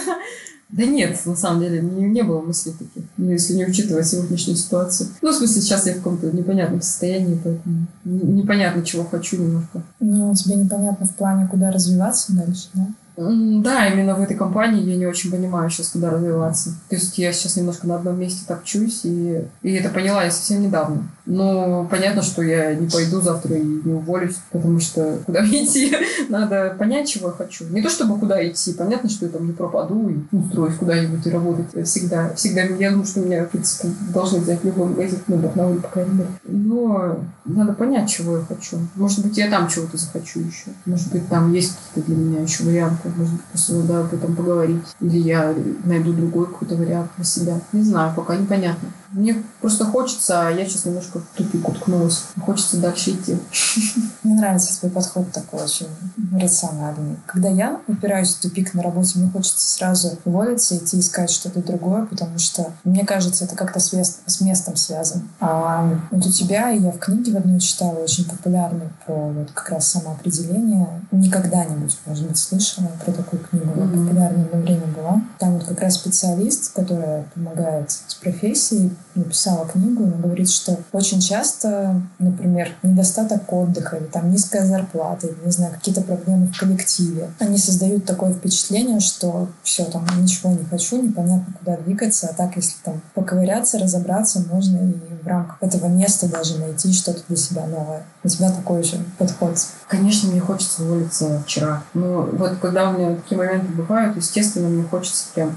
Speaker 2: Да нет, на самом деле, не было мыслей таких. Если не учитывать сегодняшнюю ситуацию. Ну, в смысле, сейчас я в каком-то непонятном состоянии, поэтому непонятно, чего хочу немножко.
Speaker 3: Ну, тебе непонятно в плане, куда развиваться дальше, да?
Speaker 2: Да, именно в этой компании я не очень понимаю сейчас, куда развиваться. То есть я сейчас немножко на одном месте топчусь, и это поняла я совсем недавно. Но понятно, что я не пойду завтра и не уволюсь, потому что куда идти? Надо понять, чего я хочу. Не то чтобы куда идти, понятно, что я там не пропаду и устроюсь куда-нибудь и работать всегда. Я думаю, что меня, в принципе, должны взять в любой магазин, ну, в Барнауле, по крайней мере. Но надо понять, чего я хочу. Может быть, я там чего-то захочу еще. Может быть, там есть какие-то для меня еще варианты. Может быть, просто надо об этом поговорить. Или я найду другой какой-то вариант для себя. Не знаю, пока непонятно. Мне просто хочется, а я сейчас немножко в тупик уткнулась. Хочется дальше идти.
Speaker 3: Мне нравится твой подход такой очень рациональный. Когда я упираюсь в тупик на работе, мне хочется сразу уволиться, идти искать что-то другое, потому что, мне кажется, это как-то с местом связано. А вот у тебя, я в книге в одной читала, очень популярную про вот как раз самоопределение. Не когда-нибудь, может быть, слышала про такую книгу. Она популярна одно время была. Там вот как раз специалист, которая помогает с профессией, написала книгу, она говорит, что очень часто, например, недостаток отдыха или там низкая зарплата, или, не знаю, какие-то проблемы в коллективе, они создают такое впечатление, что все, там, ничего не хочу, непонятно, куда двигаться, а так, если там поковыряться, разобраться, можно и в рамках этого места даже найти что-то для себя новое. У тебя такой же подход.
Speaker 2: Конечно, мне хочется уволиться вчера. Но вот когда у меня такие моменты бывают, естественно, мне хочется прям...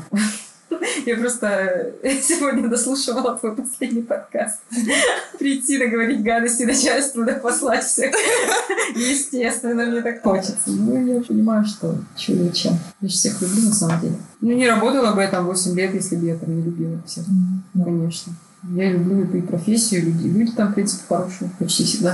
Speaker 2: Я просто сегодня дослушивала твой последний подкаст. Прийти, договорить гадости начальству, да послать всех. Естественно, мне так хочется. Ну, я понимаю, что чего и чем. Я же всех люблю, на самом деле. Ну, не работала бы я там 8 лет, если бы я там не любила всех. Конечно. Я люблю эту и профессию, люди там, в принципе, хорошие. Почти всегда.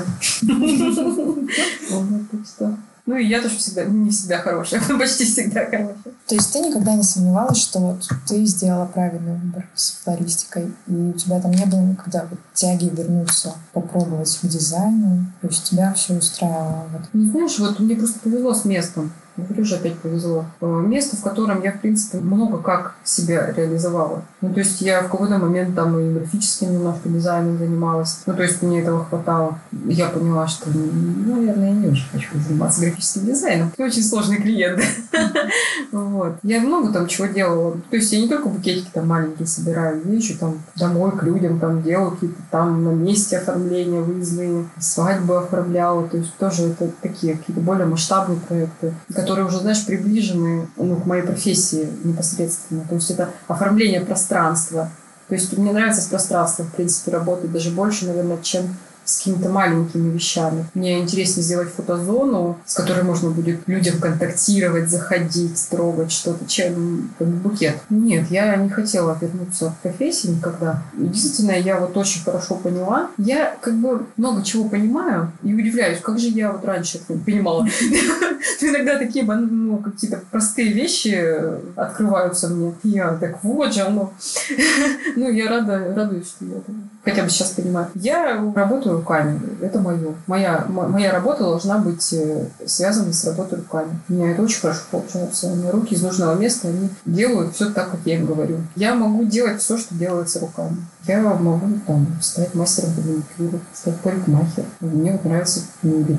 Speaker 2: Так что... Ну, и я тоже всегда, не всегда хорошая, но почти всегда хорошая.
Speaker 3: То есть ты никогда не сомневалась, что вот ты сделала правильный выбор с флористикой, и у тебя там не было никогда вот тяги вернуться, попробовать в дизайне, то есть тебя все устраивало? Вот.
Speaker 2: Ну, знаешь, вот мне просто повезло с местом. Говорю же, опять повезло. Место, в котором я, в принципе, много как себя реализовала. Ну, то есть я в какой-то момент там и графическим немножко дизайном занималась. Ну, то есть мне этого хватало. Я поняла, что, наверное, я не очень хочу заниматься графическим дизайном. Это очень сложный клиент. Вот. Я много там чего делала. То есть я не только букетики там маленькие собираю, я еще там домой к людям там делала какие-то там на месте оформления выездные, свадьбы оформляла. То есть тоже это такие какие-то более масштабные проекты, которые уже, знаешь, приближены к моей профессии непосредственно. То есть это оформление пространства. То есть мне нравится с пространством, в принципе, работать даже больше, наверное, чем с какими-то маленькими вещами. Мне интереснее сделать фотозону, с которой можно будет людям контактировать, заходить, трогать что-то, чем букет. Нет, я не хотела вернуться в профессию никогда. Единственное, я вот очень хорошо поняла. Я как бы много чего понимаю и удивляюсь, как же я вот раньше это не понимала. Иногда такие какие-то простые вещи открываются мне. Я так, вот же оно. Ну, я радуюсь, что я хотя бы сейчас понимаю. Я работаю руками. Это мое. Моя работа должна быть связана с работой руками. У меня это очень хорошо получается. У меня руки из нужного места, они делают все так, как я им говорю. Я могу делать все, что делается руками. Я могу там стать мастером по маникюру, стать парикмахером. Мне вот нравится мебель.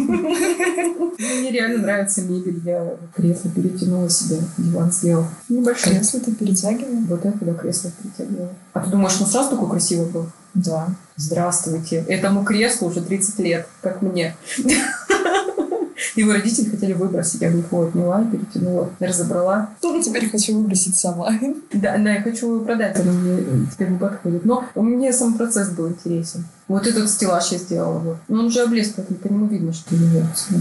Speaker 2: Мне реально нравится мебель. Я кресло перетянула себе, диван сделала. Небольшое.
Speaker 3: Кресло ты перетягивала?
Speaker 2: Вот это, да, кресло перетягивала. А ты думаешь, ну сразу такое красивое было?
Speaker 3: Да.
Speaker 2: Здравствуйте. Этому креслу уже 30 лет, как мне. Его родители хотели выбросить. Я в них его отняла, перетянула, разобрала.
Speaker 3: Теперь хочу выбросить сама.
Speaker 2: Да, я хочу его продать, оно мне теперь не подходит. Но мне сам процесс был интересен. Вот этот стеллаж я сделала. Вот. Но он уже облез, поэтому по нему видно, что не нравится.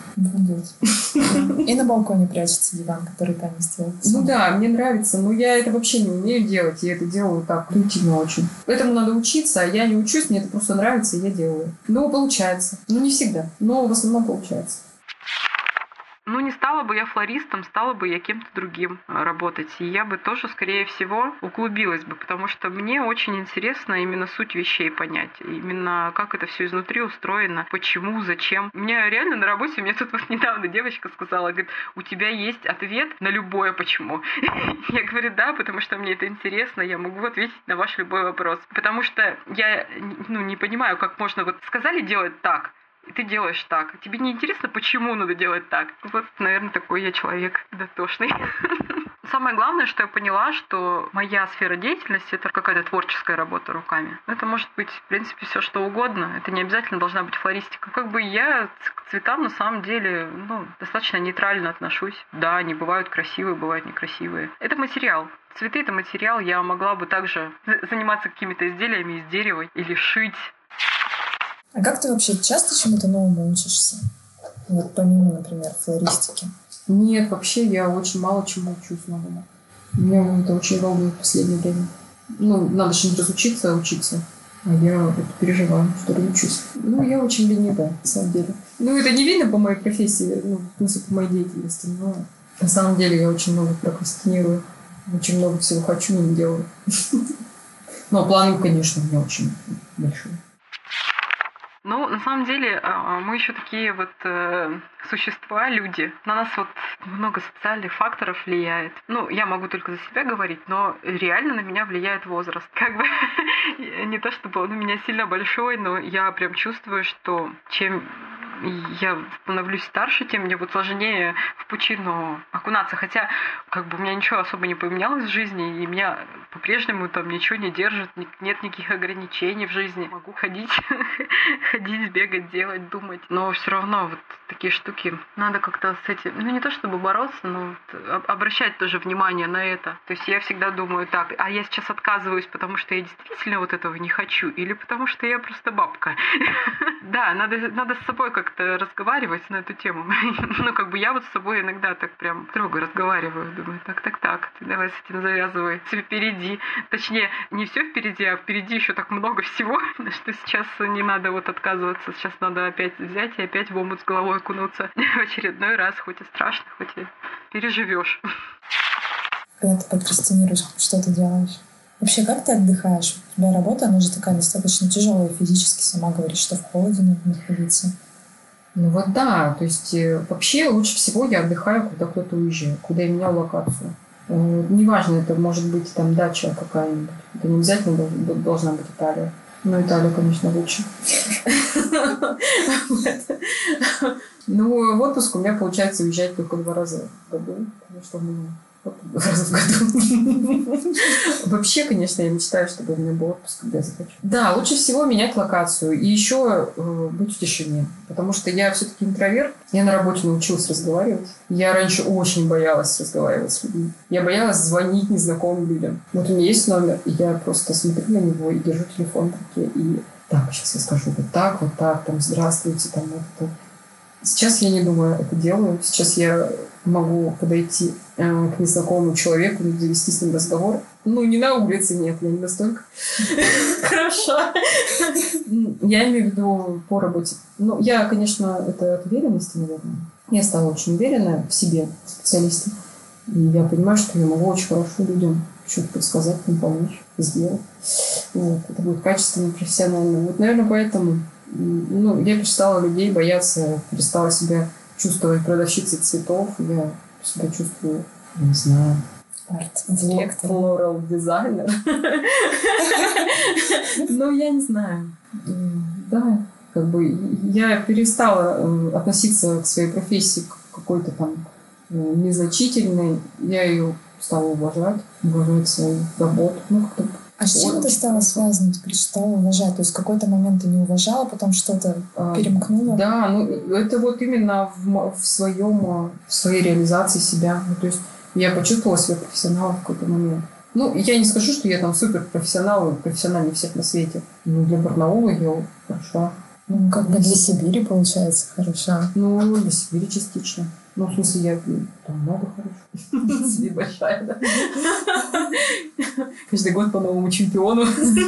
Speaker 3: И на балконе прячется диван, который Таня сделала.
Speaker 2: Ну да, мне нравится, но я это вообще не умею делать. Я это делаю так интуитивно очень. Поэтому надо учиться, а я не учусь, мне это просто нравится, и я делаю. Ну, получается. Ну, не всегда, но в основном получается.
Speaker 1: Ну, не стала бы я флористом, стала бы я кем-то другим работать. И я бы тоже, скорее всего, углубилась бы, потому что мне очень интересно именно суть вещей понять. Именно как это все изнутри устроено, почему, зачем. У меня реально на работе, мне тут вот недавно девочка сказала, говорит, у тебя есть ответ на любое почему. Я говорю, да, потому что мне это интересно, я могу ответить на ваш любой вопрос. Потому что я не понимаю, как можно, вот сказали делать так, и ты делаешь так. Тебе не интересно, почему надо делать так? Вот, наверное, такой я человек дотошный. Самое главное, что я поняла, что моя сфера деятельности — это какая-то творческая работа руками. Это может быть, в принципе, все что угодно. Это не обязательно должна быть флористика. Как бы я к цветам на самом деле достаточно нейтрально отношусь. Да, они бывают красивые, бывают некрасивые. Это материал. Цветы — это материал. Я могла бы также заниматься какими-то изделиями из дерева или шить.
Speaker 3: А как ты вообще часто чему-то новому учишься? Вот помимо, например, флористики.
Speaker 2: Нет, вообще я очень мало чему учусь новому. Мне это очень долго в последнее время. Надо же не разучиться, а учиться. А я переживаю, что разучусь. Я очень ленивая, на самом деле. Это не видно по моей профессии, в смысле, по моей деятельности, но на самом деле я очень много прокрастинирую. Очень много всего хочу, но не делаю. Но планы, конечно, у меня очень большие.
Speaker 1: На самом деле, мы еще такие вот существа, люди. На нас вот много социальных факторов влияет. Я могу только за себя говорить, но реально на меня влияет возраст. Как бы не то чтобы он у меня сильно большой, но я прям чувствую, что чем я становлюсь старше, тем мне вот сложнее в пучину окунаться. Хотя у меня ничего особо не поменялось в жизни, и меня по-прежнему там ничего не держит, нет никаких ограничений в жизни. Могу ходить, бегать, делать, думать. Но все равно вот такие штуки надо как-то с этим, не то чтобы бороться, но обращать тоже внимание на это. То есть я всегда думаю так, а я сейчас отказываюсь, потому что я действительно вот этого не хочу, или потому что я просто бабка. Да, надо с собой как-то разговаривать на эту тему. Я вот с собой иногда так прям строго разговариваю. Думаю, так, ты давай с этим завязывай. Впереди. Точнее, не все впереди, а впереди еще так много всего, что сейчас не надо вот отказываться. Сейчас надо опять взять и опять в омут с головой окунуться в очередной раз. Хоть и страшно, хоть и переживешь.
Speaker 3: Когда ты прокрастинируешь, что ты делаешь? Вообще, как ты отдыхаешь? У тебя работа, она же такая достаточно тяжелая физически, сама говоришь, что в холоде надо находиться.
Speaker 2: Да, то есть вообще лучше всего я отдыхаю, когда кто-то уезжает, куда я меняю локацию. Неважно, это может быть там дача какая-нибудь. Это не обязательно должна быть Италия. Но Италия, конечно, лучше. В отпуск у меня получается уезжать только 2 раза в году, потому что у меня 2 раза в году. Вообще, конечно, я мечтаю, чтобы у меня был отпуск, когда я захочу. Да, лучше всего менять локацию и еще быть в тишине, потому что я все-таки интроверт. Я на работе научилась разговаривать. Я раньше очень боялась разговаривать с людьми. Я боялась звонить незнакомым людям. Вот у меня есть номер, и я просто смотрю на него и держу телефон в руке, и так, сейчас я скажу вот так, там, здравствуйте, там, вот. Сейчас я не думаю, это делаю. Сейчас я могу подойти к незнакомому человеку, завести с ним разговор. Не на улице, нет, я не настолько хороша. Я имею в виду по работе. Я, конечно, это от уверенности, наверное. Я стала очень уверена в себе, в специалисте. И я понимаю, что я могу очень хорошо людям что-то подсказать, им помочь, сделать. Это будет качественно, профессионально. Наверное, поэтому я перестала людей бояться, перестала себя чувствовать продавщицей цветов. Я себя чувствую, не знаю,
Speaker 3: арт-директор.
Speaker 2: Флорал дизайнер. Я не знаю. Да, я перестала относиться к своей профессии как какой-то там незначительной. Я ее стала уважать свою работу.
Speaker 3: А с чем это стало связано? Ты перестала уважать? То есть в какой-то момент ты не уважала, потом что-то перемкнула?
Speaker 2: Да, это вот именно в своей реализации себя. То есть я почувствовала себя профессионалом в какой-то момент. Я не скажу, что я там суперпрофессионал, профессиональнее всех на свете. Но для Барнаула я хороша.
Speaker 3: Как бы для Сибири, получается, хороша.
Speaker 2: Для Сибири частично. В смысле, я там много хорошо. Сибирь большая, да. Каждый год по новому чемпиону.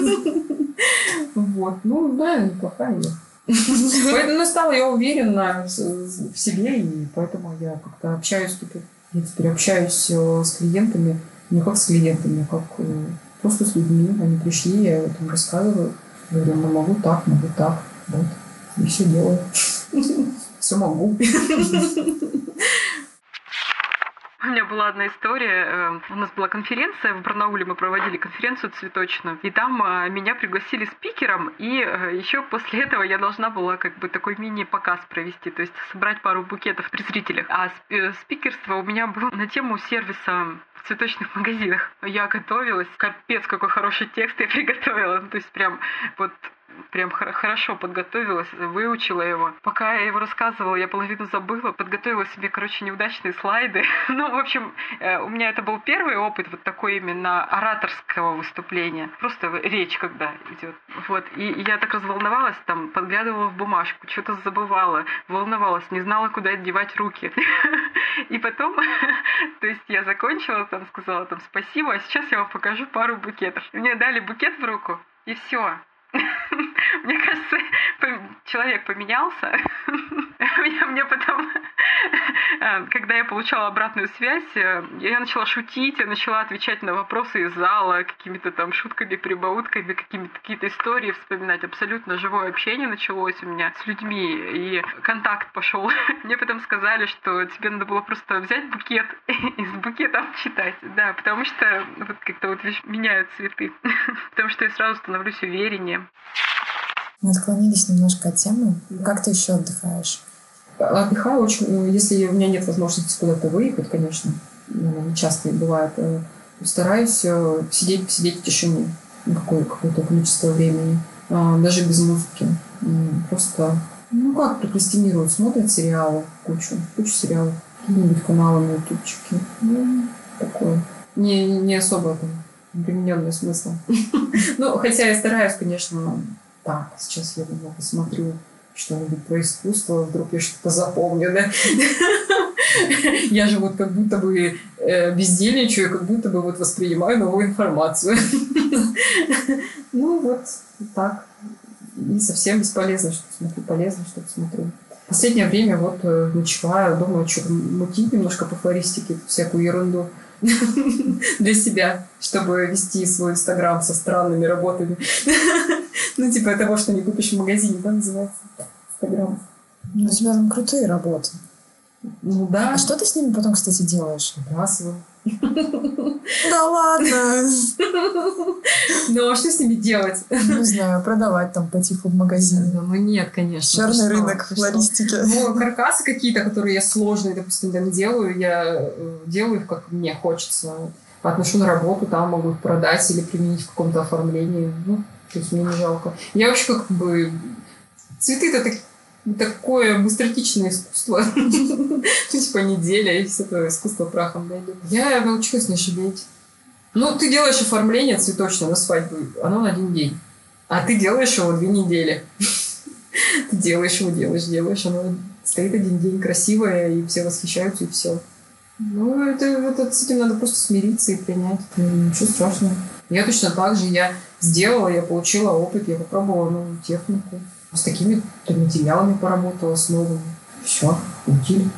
Speaker 2: Вот. Да, неплохая я. Поэтому стала я уверена в себе, и поэтому я как-то общаюсь теперь. Я теперь общаюсь с клиентами, не как с клиентами, а как просто с людьми. Они пришли, я им рассказываю. Говорю, могу так. Вот. И все делаю. Все могу.
Speaker 1: У меня была одна история. У нас была конференция в Барнауле, мы проводили конференцию цветочную, и там меня пригласили спикером, и еще после этого я должна была такой мини-показ провести, то есть собрать пару букетов при зрителях. А спикерство у меня было на тему сервиса в цветочных магазинах. Я готовилась, капец, какой хороший текст я приготовила, то есть прям хорошо подготовилась, выучила его. Пока я его рассказывала, я половину забыла, подготовила себе, неудачные слайды. В общем, у меня это был первый опыт вот такой именно ораторского выступления. Просто речь когда идет. Вот. И я так разволновалась, подглядывала в бумажку, что-то забывала, волновалась, не знала, куда девать руки. И потом, то есть я закончила, сказала спасибо, а сейчас я вам покажу пару букетов. И мне дали букет в руку, и все. Мне кажется, человек поменялся. Мне потом, когда я получала обратную связь, я начала шутить, я начала отвечать на вопросы из зала какими-то шутками, прибаутками, какие-то истории вспоминать. Абсолютно живое общение началось у меня с людьми, и контакт пошел. Мне потом сказали, что тебе надо было просто взять букет и с букетом читать. Да, потому что меняют цветы. Потому что я сразу становлюсь увереннее.
Speaker 3: Мы отклонились немножко от темы. Как ты еще отдыхаешь?
Speaker 2: Отдыхаю очень, если у меня нет возможности куда-то выехать, конечно, не часто бывает, стараюсь сидеть в тишине какое-то количество времени, даже без музыки. Просто, прокрастинирую, смотрят сериалы, кучу сериалов, какие-нибудь каналы на ютубчике, такое. Не особо примененный смысл. Хотя я стараюсь, конечно, так, сейчас я посмотрю что-нибудь про искусство, вдруг я что-то запомню, да? Я же как будто бы бездельничаю, как будто бы воспринимаю новую информацию. Так. И совсем бесполезно что-то смотрю, полезно что-то смотрю. В последнее время начала, думаю, что-то мутить немножко по флористике, всякую ерунду для себя, чтобы вести свой Инстаграм со странными работами. Типа того, что не купишь в магазине, да, называется Инстаграм.
Speaker 3: У тебя там крутые работы.
Speaker 2: Да.
Speaker 3: А что ты с ними потом, кстати, делаешь?
Speaker 2: Выбрасываю.
Speaker 3: Да ладно!
Speaker 2: А что с ними делать?
Speaker 3: Не знаю, продавать по типу в магазине.
Speaker 2: Нет, конечно.
Speaker 3: Черный рынок флористики.
Speaker 2: Каркасы какие-то, которые я сложные, допустим, делаю, я делаю их, как мне хочется. Отношу на работу, там могу их продать или применить в каком-то оформлении. То есть мне не жалко. Я вообще цветы-то такое быстротечное искусство. Типа неделя, и все это искусство прахом дойдет. Я научилась не шибеть. Ты делаешь оформление цветочное на свадьбу, оно на 1 день. А ты делаешь его 2 недели. Ты делаешь его, делаешь. Оно стоит 1 день красивое, и все восхищаются, и все. С этим надо просто смириться и принять. Ничего страшного. Я точно так же, я получила опыт, я попробовала новую технику. С такими материалами поработала, с новыми. Все, утили.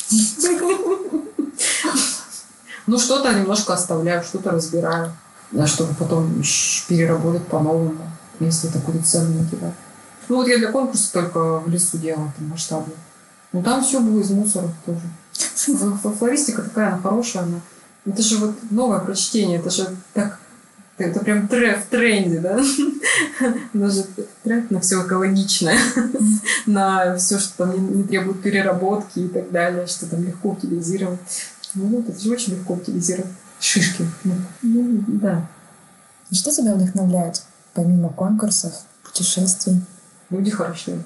Speaker 2: Что-то немножко оставляю, что-то разбираю, чтобы потом переработать по-новому, если это будет ценно кидать. Я для конкурса только в лесу делала, масштабно. Там все было из мусора тоже. Флористика такая, она хорошая, она. Это же новое прочтение, это же так. Это прям в тренде, да? Даже тренд на все экологичное, на все, что не требует переработки и так далее, что легко утилизировать. Это же очень легко утилизировать. Шишки. Да.
Speaker 3: Что тебя вдохновляет, помимо конкурсов, путешествий?
Speaker 2: Люди хорошие.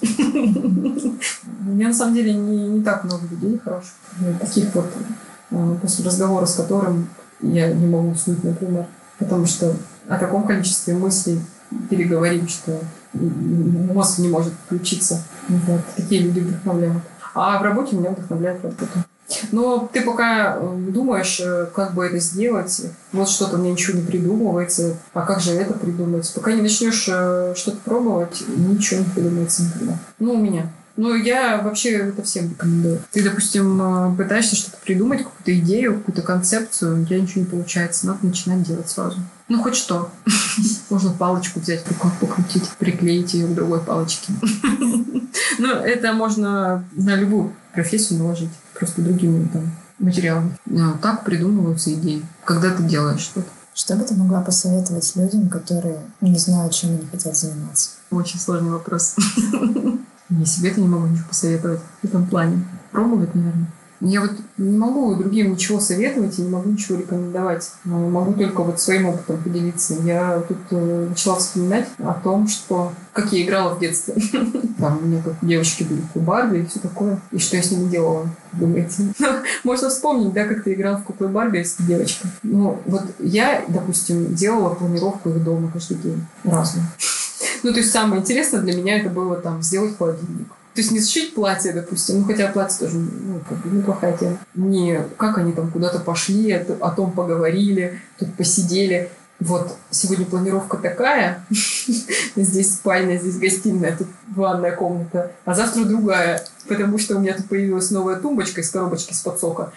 Speaker 2: У меня на самом деле не так много людей хороших. Таких вот, после разговора с которым я не могу уснуть, например. Потому что о таком количестве мыслей переговорим, что мозг не может включиться. Вот. Такие люди вдохновляют. А в работе меня вдохновляет работа. Но ты пока думаешь, как бы это сделать, вот что-то мне ничего не придумывается, а как же это придумать? Пока не начнешь что-то пробовать, ничего не придумается никогда. Ну, у меня. Ну, я вообще это всем рекомендую. Ты, допустим, пытаешься что-то придумать, какую-то идею, какую-то концепцию, у тебя ничего не получается, надо начинать делать сразу. Ну, хоть что. Можно палочку взять, в руках покрутить, приклеить ее к другой палочке. Ну, это можно на любую профессию наложить, просто другими там материалами. Так придумываются идеи, когда ты делаешь что-то.
Speaker 3: Что бы ты могла посоветовать людям, которые не знают, чем они хотят заниматься?
Speaker 2: Очень сложный вопрос. Я себе-то не могу ничего посоветовать в этом плане. Пробовать, наверное. Я вот не могу другим ничего советовать и не могу ничего рекомендовать. Могу только вот своим опытом поделиться. Я тут начала вспоминать о том, что как я играла в детстве. Там у меня как девочки были в Барби и все такое. И что я с ними делала, думаете? Можно вспомнить, да, как ты играла в куклы Барби с девочкой. Ну, вот я, допустим, делала планировку их дома каждый день. Разную. Ну, то есть самое интересное для меня это было там сделать холодильник. То есть не сшить платье, допустим, ну хотя платье тоже как бы неплохая тема. Не как они там куда-то пошли, о том поговорили, тут посидели. Вот сегодня планировка такая, здесь спальня, здесь гостиная, тут ванная комната, а завтра другая, потому что у меня тут появилась новая тумбочка из коробочки из-под сока,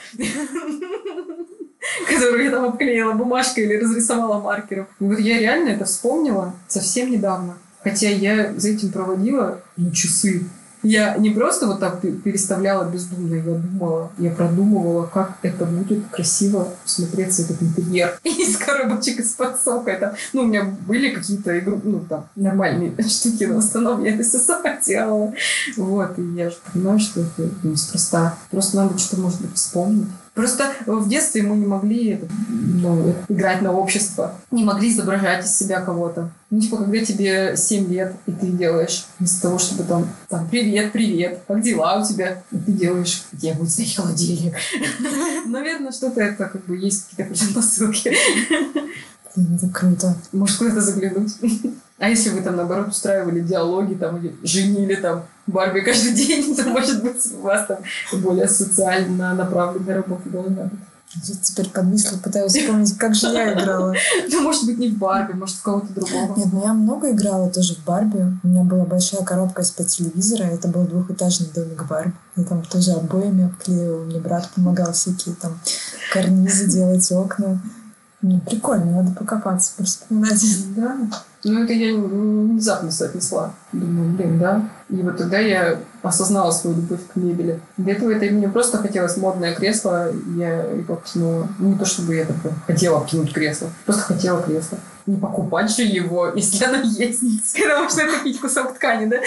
Speaker 2: которую я там обклеила бумажкой или разрисовала маркером. И вот я реально это вспомнила совсем недавно. Хотя я за этим проводила часы. Я не просто вот так переставляла бездумно, я думала, я продумывала, как это будет красиво смотреться, этот интерьер из коробочек из-под сока. Это, ну, у меня были какие-то нормальные штуки, но в основном я это все сама делала. Вот, и я же понимаю, что это неспроста. Просто надо что-то, может быть, вспомнить. Просто в детстве мы не могли играть на общество, не могли изображать из себя кого-то. Ну, типа, когда тебе 7 лет, и ты делаешь вместо того, чтобы там привет, привет, как дела у тебя? И ты делаешь, где будет стоять холодильник? Наверное, что-то это как бы есть какие-то предпосылки.
Speaker 3: Это круто.
Speaker 2: Может, куда-то заглянуть. А если вы там, наоборот, устраивали диалоги, там, или женили там Барби каждый день, то, может быть, у вас там более социально направленная работа должна быть.
Speaker 3: Я теперь подвисла, пытаюсь вспомнить, как же я играла.
Speaker 2: Ну, может быть, не в Барби, может, в кого-то другого.
Speaker 3: Нет, ну я много играла тоже в Барби. У меня была большая коробка из-под телевизора. Это был двухэтажный домик Барби. Я там тоже обоями обклеивала. Мне брат помогал всякие там карнизы делать, окна. Прикольно, надо покопаться, вспоминать.
Speaker 2: Да. Ну, это я внезапно соотнесла. Думаю, да. И вот тогда я осознала свою любовь к мебели. Для этого это мне просто хотелось модное кресло, я его обтянула. Не то, чтобы я такое хотела обтянуть кресло, просто хотела кресло. Не покупать же его, если оно есть. Когда можно купить кусок ткани, да?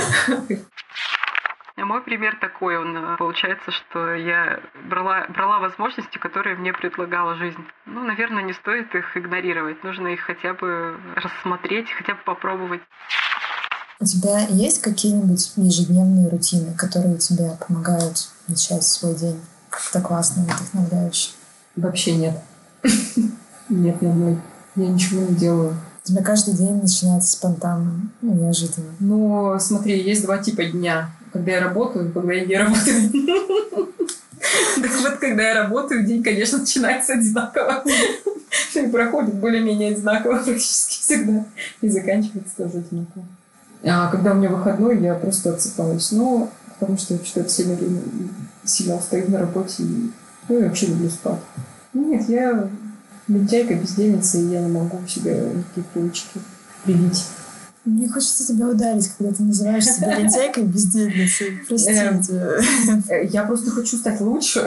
Speaker 1: Мой пример такой, получается, что я брала возможности, которые мне предлагала жизнь. Ну, наверное, не стоит их игнорировать, нужно их хотя бы рассмотреть, хотя бы попробовать.
Speaker 3: У тебя есть какие-нибудь ежедневные рутины, которые тебе помогают начать свой день как-то классно и вдохновляюще?
Speaker 2: Вообще нет. Нет ни одной. Я ничего не делаю.
Speaker 3: У тебя каждый день начинается спонтанно, неожиданно.
Speaker 2: Ну, смотри, есть 2 типа дня. Когда я работаю, когда я не работаю. Так вот, когда я работаю, день, конечно, начинается одинаково. И проходит более-менее одинаково практически всегда. И заканчивается тоже одинаково. А когда у меня выходной, я просто отсыпаюсь. Ну, потому что я что-то сильно устаю на работе. Ну, я вообще люблю спать. Нет, я лентяйка, бездельница, и я не могу себе никакие привычки привить.
Speaker 3: Мне хочется тебя ударить, когда ты называешь себя лентяйкой и бездельницей. Простите.
Speaker 2: Я просто хочу стать лучше.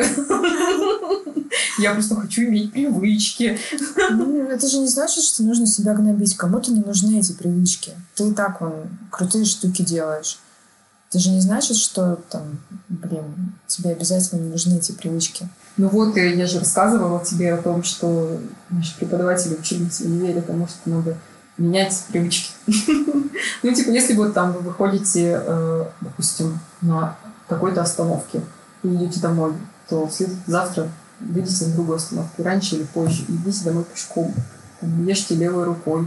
Speaker 2: Я просто хочу иметь привычки.
Speaker 3: Ну, это же не значит, что нужно себя гнобить. Кому-то не нужны эти привычки. Ты и так крутые штуки делаешь. Это же не значит, что тебе обязательно не нужны эти привычки.
Speaker 2: Ну вот, я же рассказывала тебе о том, что наши преподаватели в учебнице не верят тому, что надо менять привычки. Ну, типа, если вот там вы выходите, допустим, на какой-то остановке и идете домой, то завтра выйдите на другую остановку, раньше или позже, и идите домой пешком. Ешьте левой рукой.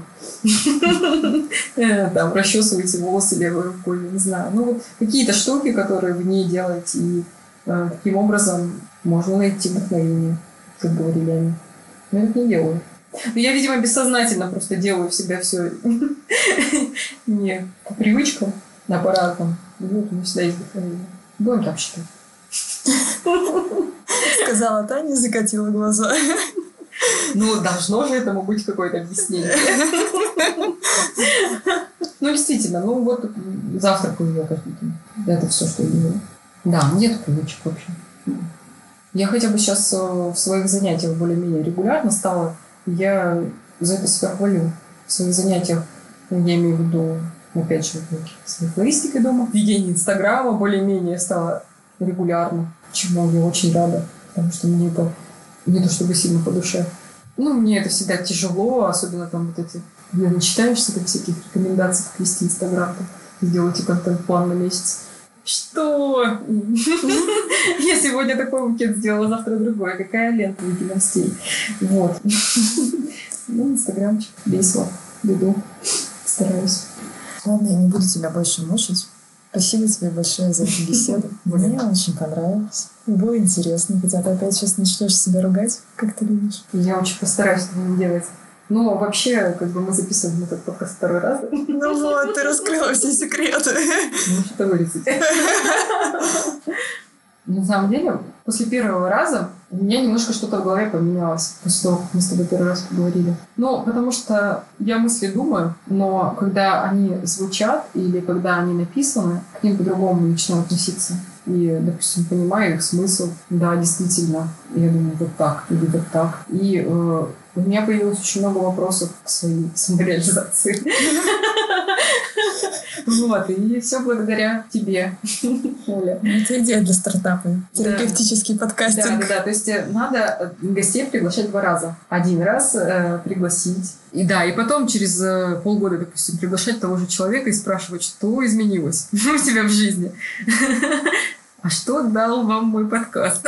Speaker 2: Там, расчесывайте волосы левой рукой, не знаю. Ну, вот какие-то штуки, которые вы не делаете, и таким образом можно найти вдохновение, как говорили они. Но я это не делаю. Но я, видимо, бессознательно просто делаю всегда все не по привычкам, а по разным. Вот у меня всегда есть вдохновение. Будем так считать.
Speaker 3: Сказала Таня, закатила глаза.
Speaker 2: Ну, должно же этому быть какое-то объяснение. Ну, действительно, ну вот завтракаю я каждый день. Это все, что я делаю. Да, нет привычек вообще. Я хотя бы сейчас в своих занятиях более-менее регулярно стала. Я за это себя хвалю. В своих занятиях, я имею в виду, опять же, своей флористикой дома, ведение Инстаграма более-менее стало регулярно, чему я очень рада, потому что мне это не то чтобы сильно по душе. Ну, мне это всегда тяжело, особенно там вот эти... Я не читаешься там всяких рекомендаций вести Инстаграм, сделайте контент-план на месяц. Что? Я сегодня такой букет сделала, завтра другой. Какая лента в едином стиле. Вот. Ну, Инстаграмчик. Весело. Веду. Стараюсь.
Speaker 3: Ладно, я не буду тебя больше мучить. Спасибо тебе большое за эту беседу. Мне очень понравилось. Было интересно. Хотя ты опять сейчас начнешь себя ругать, как ты любишь.
Speaker 2: Я очень постараюсь этого не делать. Но вообще, как бы мы записываем этот подкаст второй раз.
Speaker 3: Ну вот, ты раскрыла все секреты.
Speaker 2: Ну, что-то вырезать. На самом деле, после первого раза у меня немножко что-то в голове поменялось. После того, как мы с тобой первый раз поговорили. Ну, потому что я мысли думаю, но когда они звучат или когда они написаны, к ним по-другому начинаю относиться. И, допустим, понимаю их смысл. Да, действительно, я думаю, вот так или вот так. И у меня появилось очень много вопросов к своей самореализации. Вот, и все благодаря тебе, Оля.
Speaker 3: Это идея для стартапа. Терапевтический подкастинг.
Speaker 2: Да, то есть надо гостей приглашать 2 раза. 1 раз пригласить. И да, и потом через полгода, допустим, приглашать того же человека и спрашивать, что изменилось у тебя в жизни. А что дал вам мой подкаст?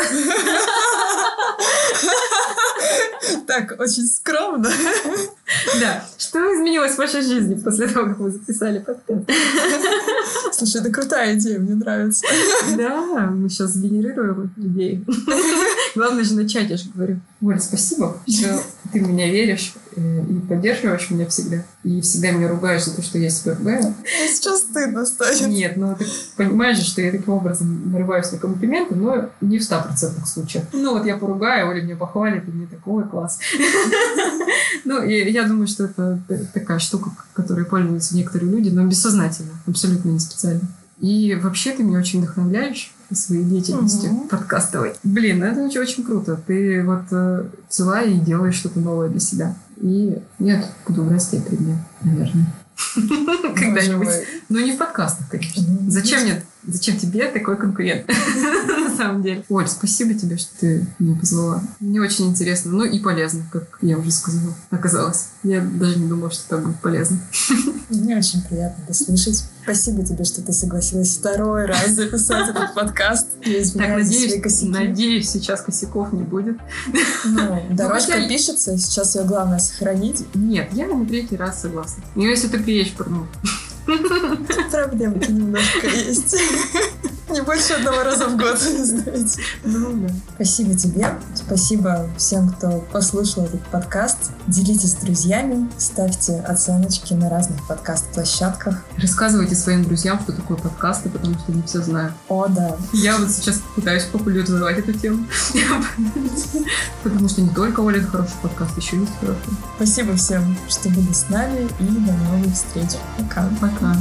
Speaker 3: Так, очень скромно.
Speaker 2: Да. Что изменилось в вашей жизни после того, как вы записали подкаст?
Speaker 3: Слушай, это крутая идея, мне нравится.
Speaker 2: Да, мы сейчас сгенерируем идеи. Главное же начать, я же говорю. Оля, спасибо, что ты в меня веришь и поддерживаешь меня всегда. И всегда меня ругаешь за то, что я себя ругаю.
Speaker 3: Мне сейчас стыдно станет.
Speaker 2: Нет, ну ты понимаешь же, что я таким образом нарываюсь на комплименты, но не в 100% случаях. Ну вот я поругаю, Оля меня похвалит, и мне такой класс. Ну, я думаю, что это такая штука, которой пользуются некоторые люди, но бессознательно, абсолютно не специально. И вообще ты меня очень вдохновляешь своей деятельностью подкастовой. Блин, это очень круто. Ты вот взяла и делаешь что-то новое для себя. И я буду врать тебе предмет, наверное. Когда-нибудь. Но не в подкастах, конечно. Зачем тебе такой конкурент? На самом деле. Оль, спасибо тебе, что ты меня позвала. Мне очень интересно. Ну и полезно, как я уже сказала. Оказалось. Я даже не думала, что это будет полезно.
Speaker 3: Мне очень приятно это слышать. Спасибо тебе, что ты согласилась 2-й раз записать этот подкаст.
Speaker 2: Так, надеюсь, сейчас косяков не будет.
Speaker 3: Ну, дорожка пишется, сейчас ее главное сохранить.
Speaker 2: Нет, я на 3-й раз согласна. Ну, если ты приедешь в Барнаул.
Speaker 3: Проблемки немножко есть. Не больше 1 раза в год, знаете.
Speaker 2: Ну, да.
Speaker 3: Спасибо тебе. Спасибо всем, кто послушал этот подкаст. Делитесь с друзьями, ставьте оценочки на разных подкаст-площадках.
Speaker 2: Рассказывайте своим друзьям, что такое подкасты, потому что не все знают.
Speaker 3: О, да.
Speaker 2: Я вот сейчас пытаюсь популяризовать эту тему. Потому что не только Оля, это хороший подкаст, еще есть хороший.
Speaker 3: Спасибо всем, что были с нами, и до новых встреч. Пока.
Speaker 2: Пока.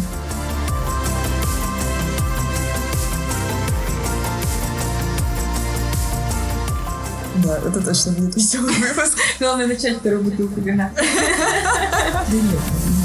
Speaker 3: Да, это точно будет веселый выпуск.
Speaker 2: Главное начать 2-ю бутылку вина. Да нет,